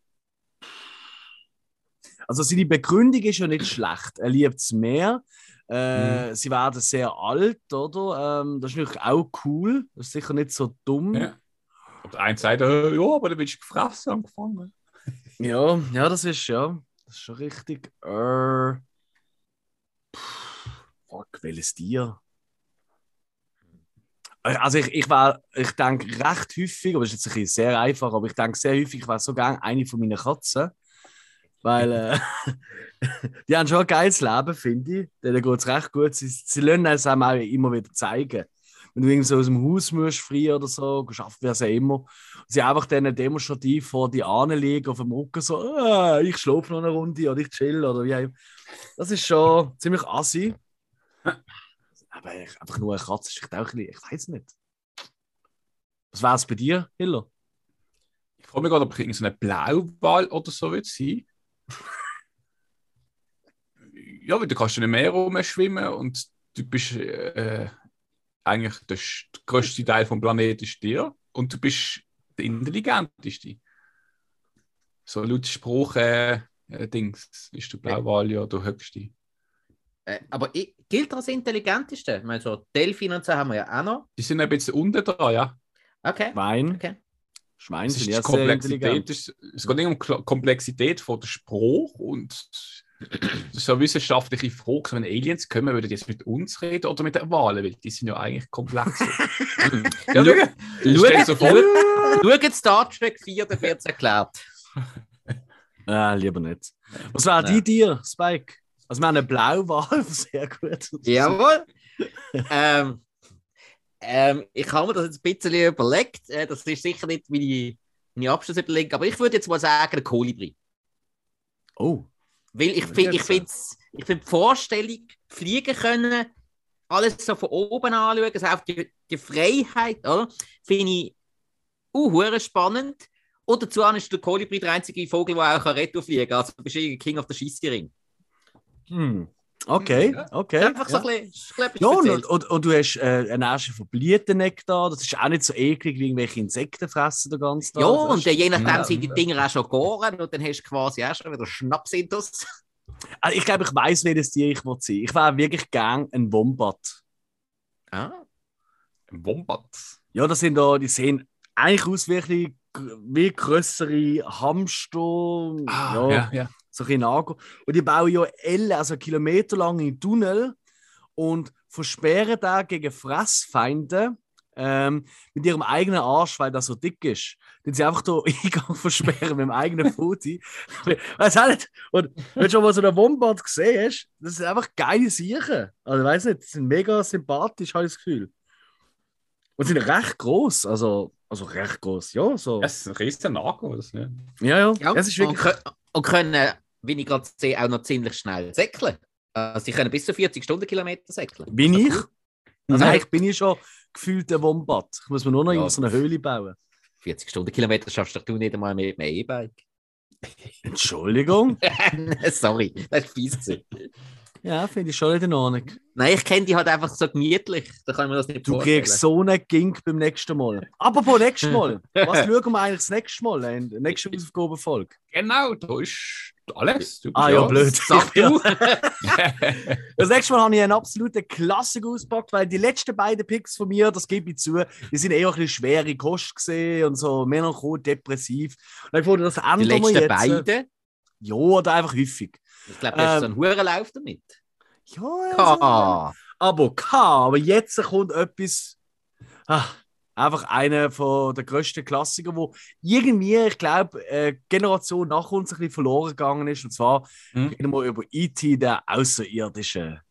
Also seine Begründung ist ja nicht schlecht. Er liebt es mehr. Äh, Mhm. Sie werden sehr alt, oder? Ähm, das ist natürlich auch cool. Das ist sicher nicht so dumm. Ja. Und der eine sagt, äh, ja, aber dann willst du gefressen angefangen. Ja, ja, das ist ja. Das ist schon richtig. Äh, pff, fuck, welches Tier? Also ich, ich, war, ich denke recht häufig, aber das ist jetzt ein bisschen sehr einfach, aber ich denke sehr häufig, ich war so gerne eine von meinen Katzen. Weil äh, Die haben schon ein geiles Leben, finde ich. Denen geht es recht gut. Sie, sie lassen es einem auch immer wieder zeigen. Wenn du irgendwie so aus dem Haus musst, früh oder so, schaffen wir es ja immer. Und sie einfach dann demonstrativ vor die Ahnen liegen, auf dem Rücken so, ah, ich schlafe noch eine Runde oder ich chill oder wie auch immer. Das ist schon ziemlich assi. Aber ich- einfach nur eine Katze ist vielleicht auch ein bisschen, ich weiß nicht. Was wäre es bei dir, Hiller? Ich frage mich gerade, ob ich irgendeine Blauwal oder so wird sein. Ja, weil du kannst in dem Meer rumschwimmen und du bist äh, eigentlich der, sch- der grösste Teil vom Planeten ist dir und du bist der intelligenteste. So laut Spruch äh, äh, Dings ist der Blauwal ja der höchste. Äh, aber ich, gilt er als intelligenteste? Ich meine, so Delfin und so haben wir ja auch noch. Die sind ein bisschen unten dran, ja. Okay. Schwein. Okay. Schweine Es sind ist ja die sehr Komplexität, intelligent. ist, es geht nicht um Kla- Komplexität von der Spruch und so wissenschaftliche Fragen, wenn Aliens kommen, würden die jetzt mit uns reden oder mit den Walen, weil die sind ja eigentlich komplexer. ja, Schau- schau, stell dir so vor, Schaut Star Trek vier, da wird es erklärt. Ah, lieber nicht. Was wäre Ja. die dir, Spike? Also, wir haben eine Blauwal, sehr gut. Jawohl. ähm, ähm, ich habe mir das jetzt ein bisschen überlegt. Äh, das ist sicher nicht meine, meine Abschlussüberlegung, aber ich würde jetzt mal sagen, der Kolibri. Oh, Weil ich, Was fi- ich jetzt? finde ich find die Vorstellung, fliegen können, alles so von oben anschauen, also auch die, die Freiheit, oder? Finde ich uh, hure spannend. Und dazu ist der Kolibri der einzige Vogel, der auch Retour fliegen kann. Also du bist irgendwie King of the Schießring. hm. Okay, Ja. okay. Einfach so ja. ein bisschen, ist, glaub ich, Ja, und, speziell. und, und du hast äh, einen Asche von Blütennektar. Das ist auch nicht so eklig, wie irgendwelche Insekten fressen den ganzen Tag. Ja, Das und ist- äh, je nachdem Ja, sind die ja. Dinger auch schon gegoren und dann hast du quasi auch schon wieder Schnaps in das. Also ich glaube, ich weiß, welches Tier ich will sein. Ich wäre wirklich gern ein Wombat. Ah. ein Wombat. Ja, das sind da, die sehen eigentlich aus wie, ein bisschen gr- wie grössere Hamster. Ah, ja, ja. So ein bisschen Nago. Und die bauen ja Elle, also kilometerlange Tunnel und versperren da gegen Fressfeinde ähm, mit ihrem eigenen Arsch, weil das so dick ist. Den sie einfach den Eingang versperren mit dem eigenen Futi. Weiß auch nicht. Und wenn du schon mal so einen Wombat gesehen hast, das sind einfach geile Sachen. Also, ich weiß nicht, die sind mega sympathisch, habe ich das Gefühl. Und sind recht groß, also, also recht groß, ja. So. Das ist ein riesen Nago. Das, ja. Ja, ja, Ja, es ist und, wirklich. kö- und können, wie ich gerade sehe, auch noch ziemlich schnell säckeln. Also sie können bis zu vierzig Stundenkilometer säckeln. Bin Das ist ich? doch cool. Also Mhm. eigentlich bin ich schon gefühlt der Wombat. Ich muss mir nur noch Ja. irgendwo so eine Höhle bauen. vierzig Stundenkilometer schaffst doch du nicht einmal mit dem E-Bike. Entschuldigung? Sorry, das war fies gewesen. Ja, finde ich schon nicht in Ordnung. Nein, ich kenne die halt einfach so gemütlich. Da kann ich mir das nicht Du vorstellen. kriegst so einen Gink beim nächsten Mal. Apropos nächstes Mal. Was schauen wir eigentlich das nächste Mal in der nächsten Aufgabenfolge? Genau, da ist der Alex. Du bist Ah ja, blöd. Sag du. Das nächste Mal habe ich einen absoluten Klassiker ausgepackt, weil die letzten beiden Picks von mir, das gebe ich zu, die sind eher ein bisschen schwere Kost gesehen und so melancholisch, depressiv. Und ich wollte das Die ändern wir letzten jetzt. beiden. Ja, oder einfach häufig. Ich glaube, das ist so Ähm, ein Hurenlauf damit. Ja, also, Ah. aber K, aber jetzt kommt etwas, ah, einfach einer von der grössten Klassiker, wo irgendwie, ich glaube, eine Generation nach uns ein bisschen verloren gegangen ist. Und zwar Hm. reden wir über E T, der Außerirdische.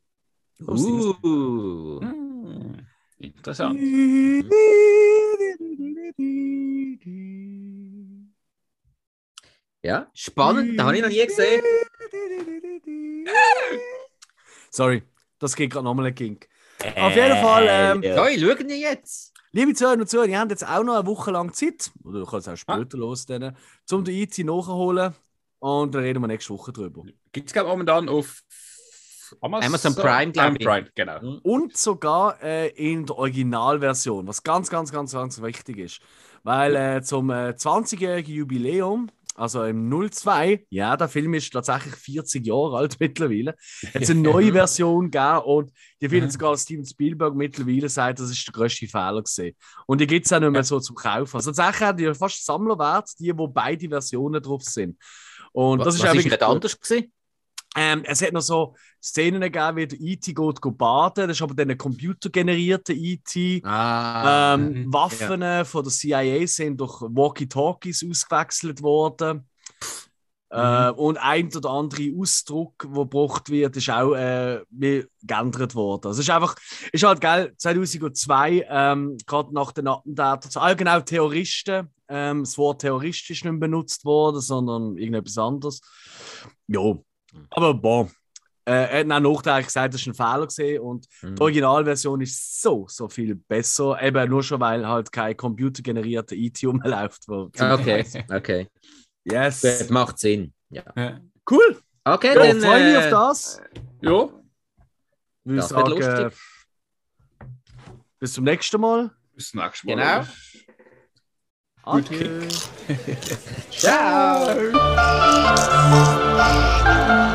Uh. Hm, interessant. Ja, spannend. Da habe ich noch nie gesehen. Sorry, das geht gerade nochmal ein Gink. Auf jeden Fall, ähm, Ja, ich schaue die jetzt. liebe Zuhörer und Zuhörer, ihr habt jetzt auch noch eine Woche lang Zeit, oder du kannst auch später los, dann, um den E T nachzuholen. Und dann reden wir nächste Woche drüber. Gibt es, glaube ich, momentan auf Amazon, Amazon Prime, glaub ich. Prime, genau. Und sogar äh, in der Originalversion, was ganz, ganz, ganz, ganz wichtig ist. Weil äh, zum äh, zwanzigjährigen Jubiläum, also im null zwei, ja, der Film ist tatsächlich vierzig Jahre alt mittlerweile, hat es eine neue Version gegeben und die findet sogar Steven Spielberg mittlerweile sagt, das ist der grösste Fehler gewesen. Und die gibt es auch nicht mehr so zum Kaufen. Also tatsächlich haben die fast Sammlerwert, die, wo beide Versionen drauf sind. Und das Was ist ist auch denn wirklich nicht anders gewesen? Ähm, es hat noch so Szenen gegeben, wie der E T geht, geht baden. Das ist aber dann ein computergenerierter E T. Ah. ähm, mhm. Waffen äh, von der C I A sind durch Walkie-Talkies ausgewechselt worden. Äh, und ein oder andere Ausdruck, der gebraucht wird, ist auch äh, wie geändert worden. Also es ist einfach, ist halt geil, zweitausendzwei, ähm, gerade nach den Attentaten, also allgemein Terroristen, ähm, das Wort Terrorist ist nicht mehr benutzt worden, sondern irgendetwas anderes. Ja, aber boah. Äh, er hat auch nachträglich gesagt, das war ein Fehler gewesen und Mhm. die Originalversion ist so, so viel besser, eben nur schon, weil halt kein computergenerierter I T rumläuft. wo- Okay, okay. Yes. Das macht Sinn. Ja. Ja. Cool. Okay, Ja, dann. freue mich äh, auf das. Ja, Würde ich Das wird sagen, äh, lustig. bis zum nächsten Mal. bis zum nächsten Mal. Genau. Adieu. Ciao.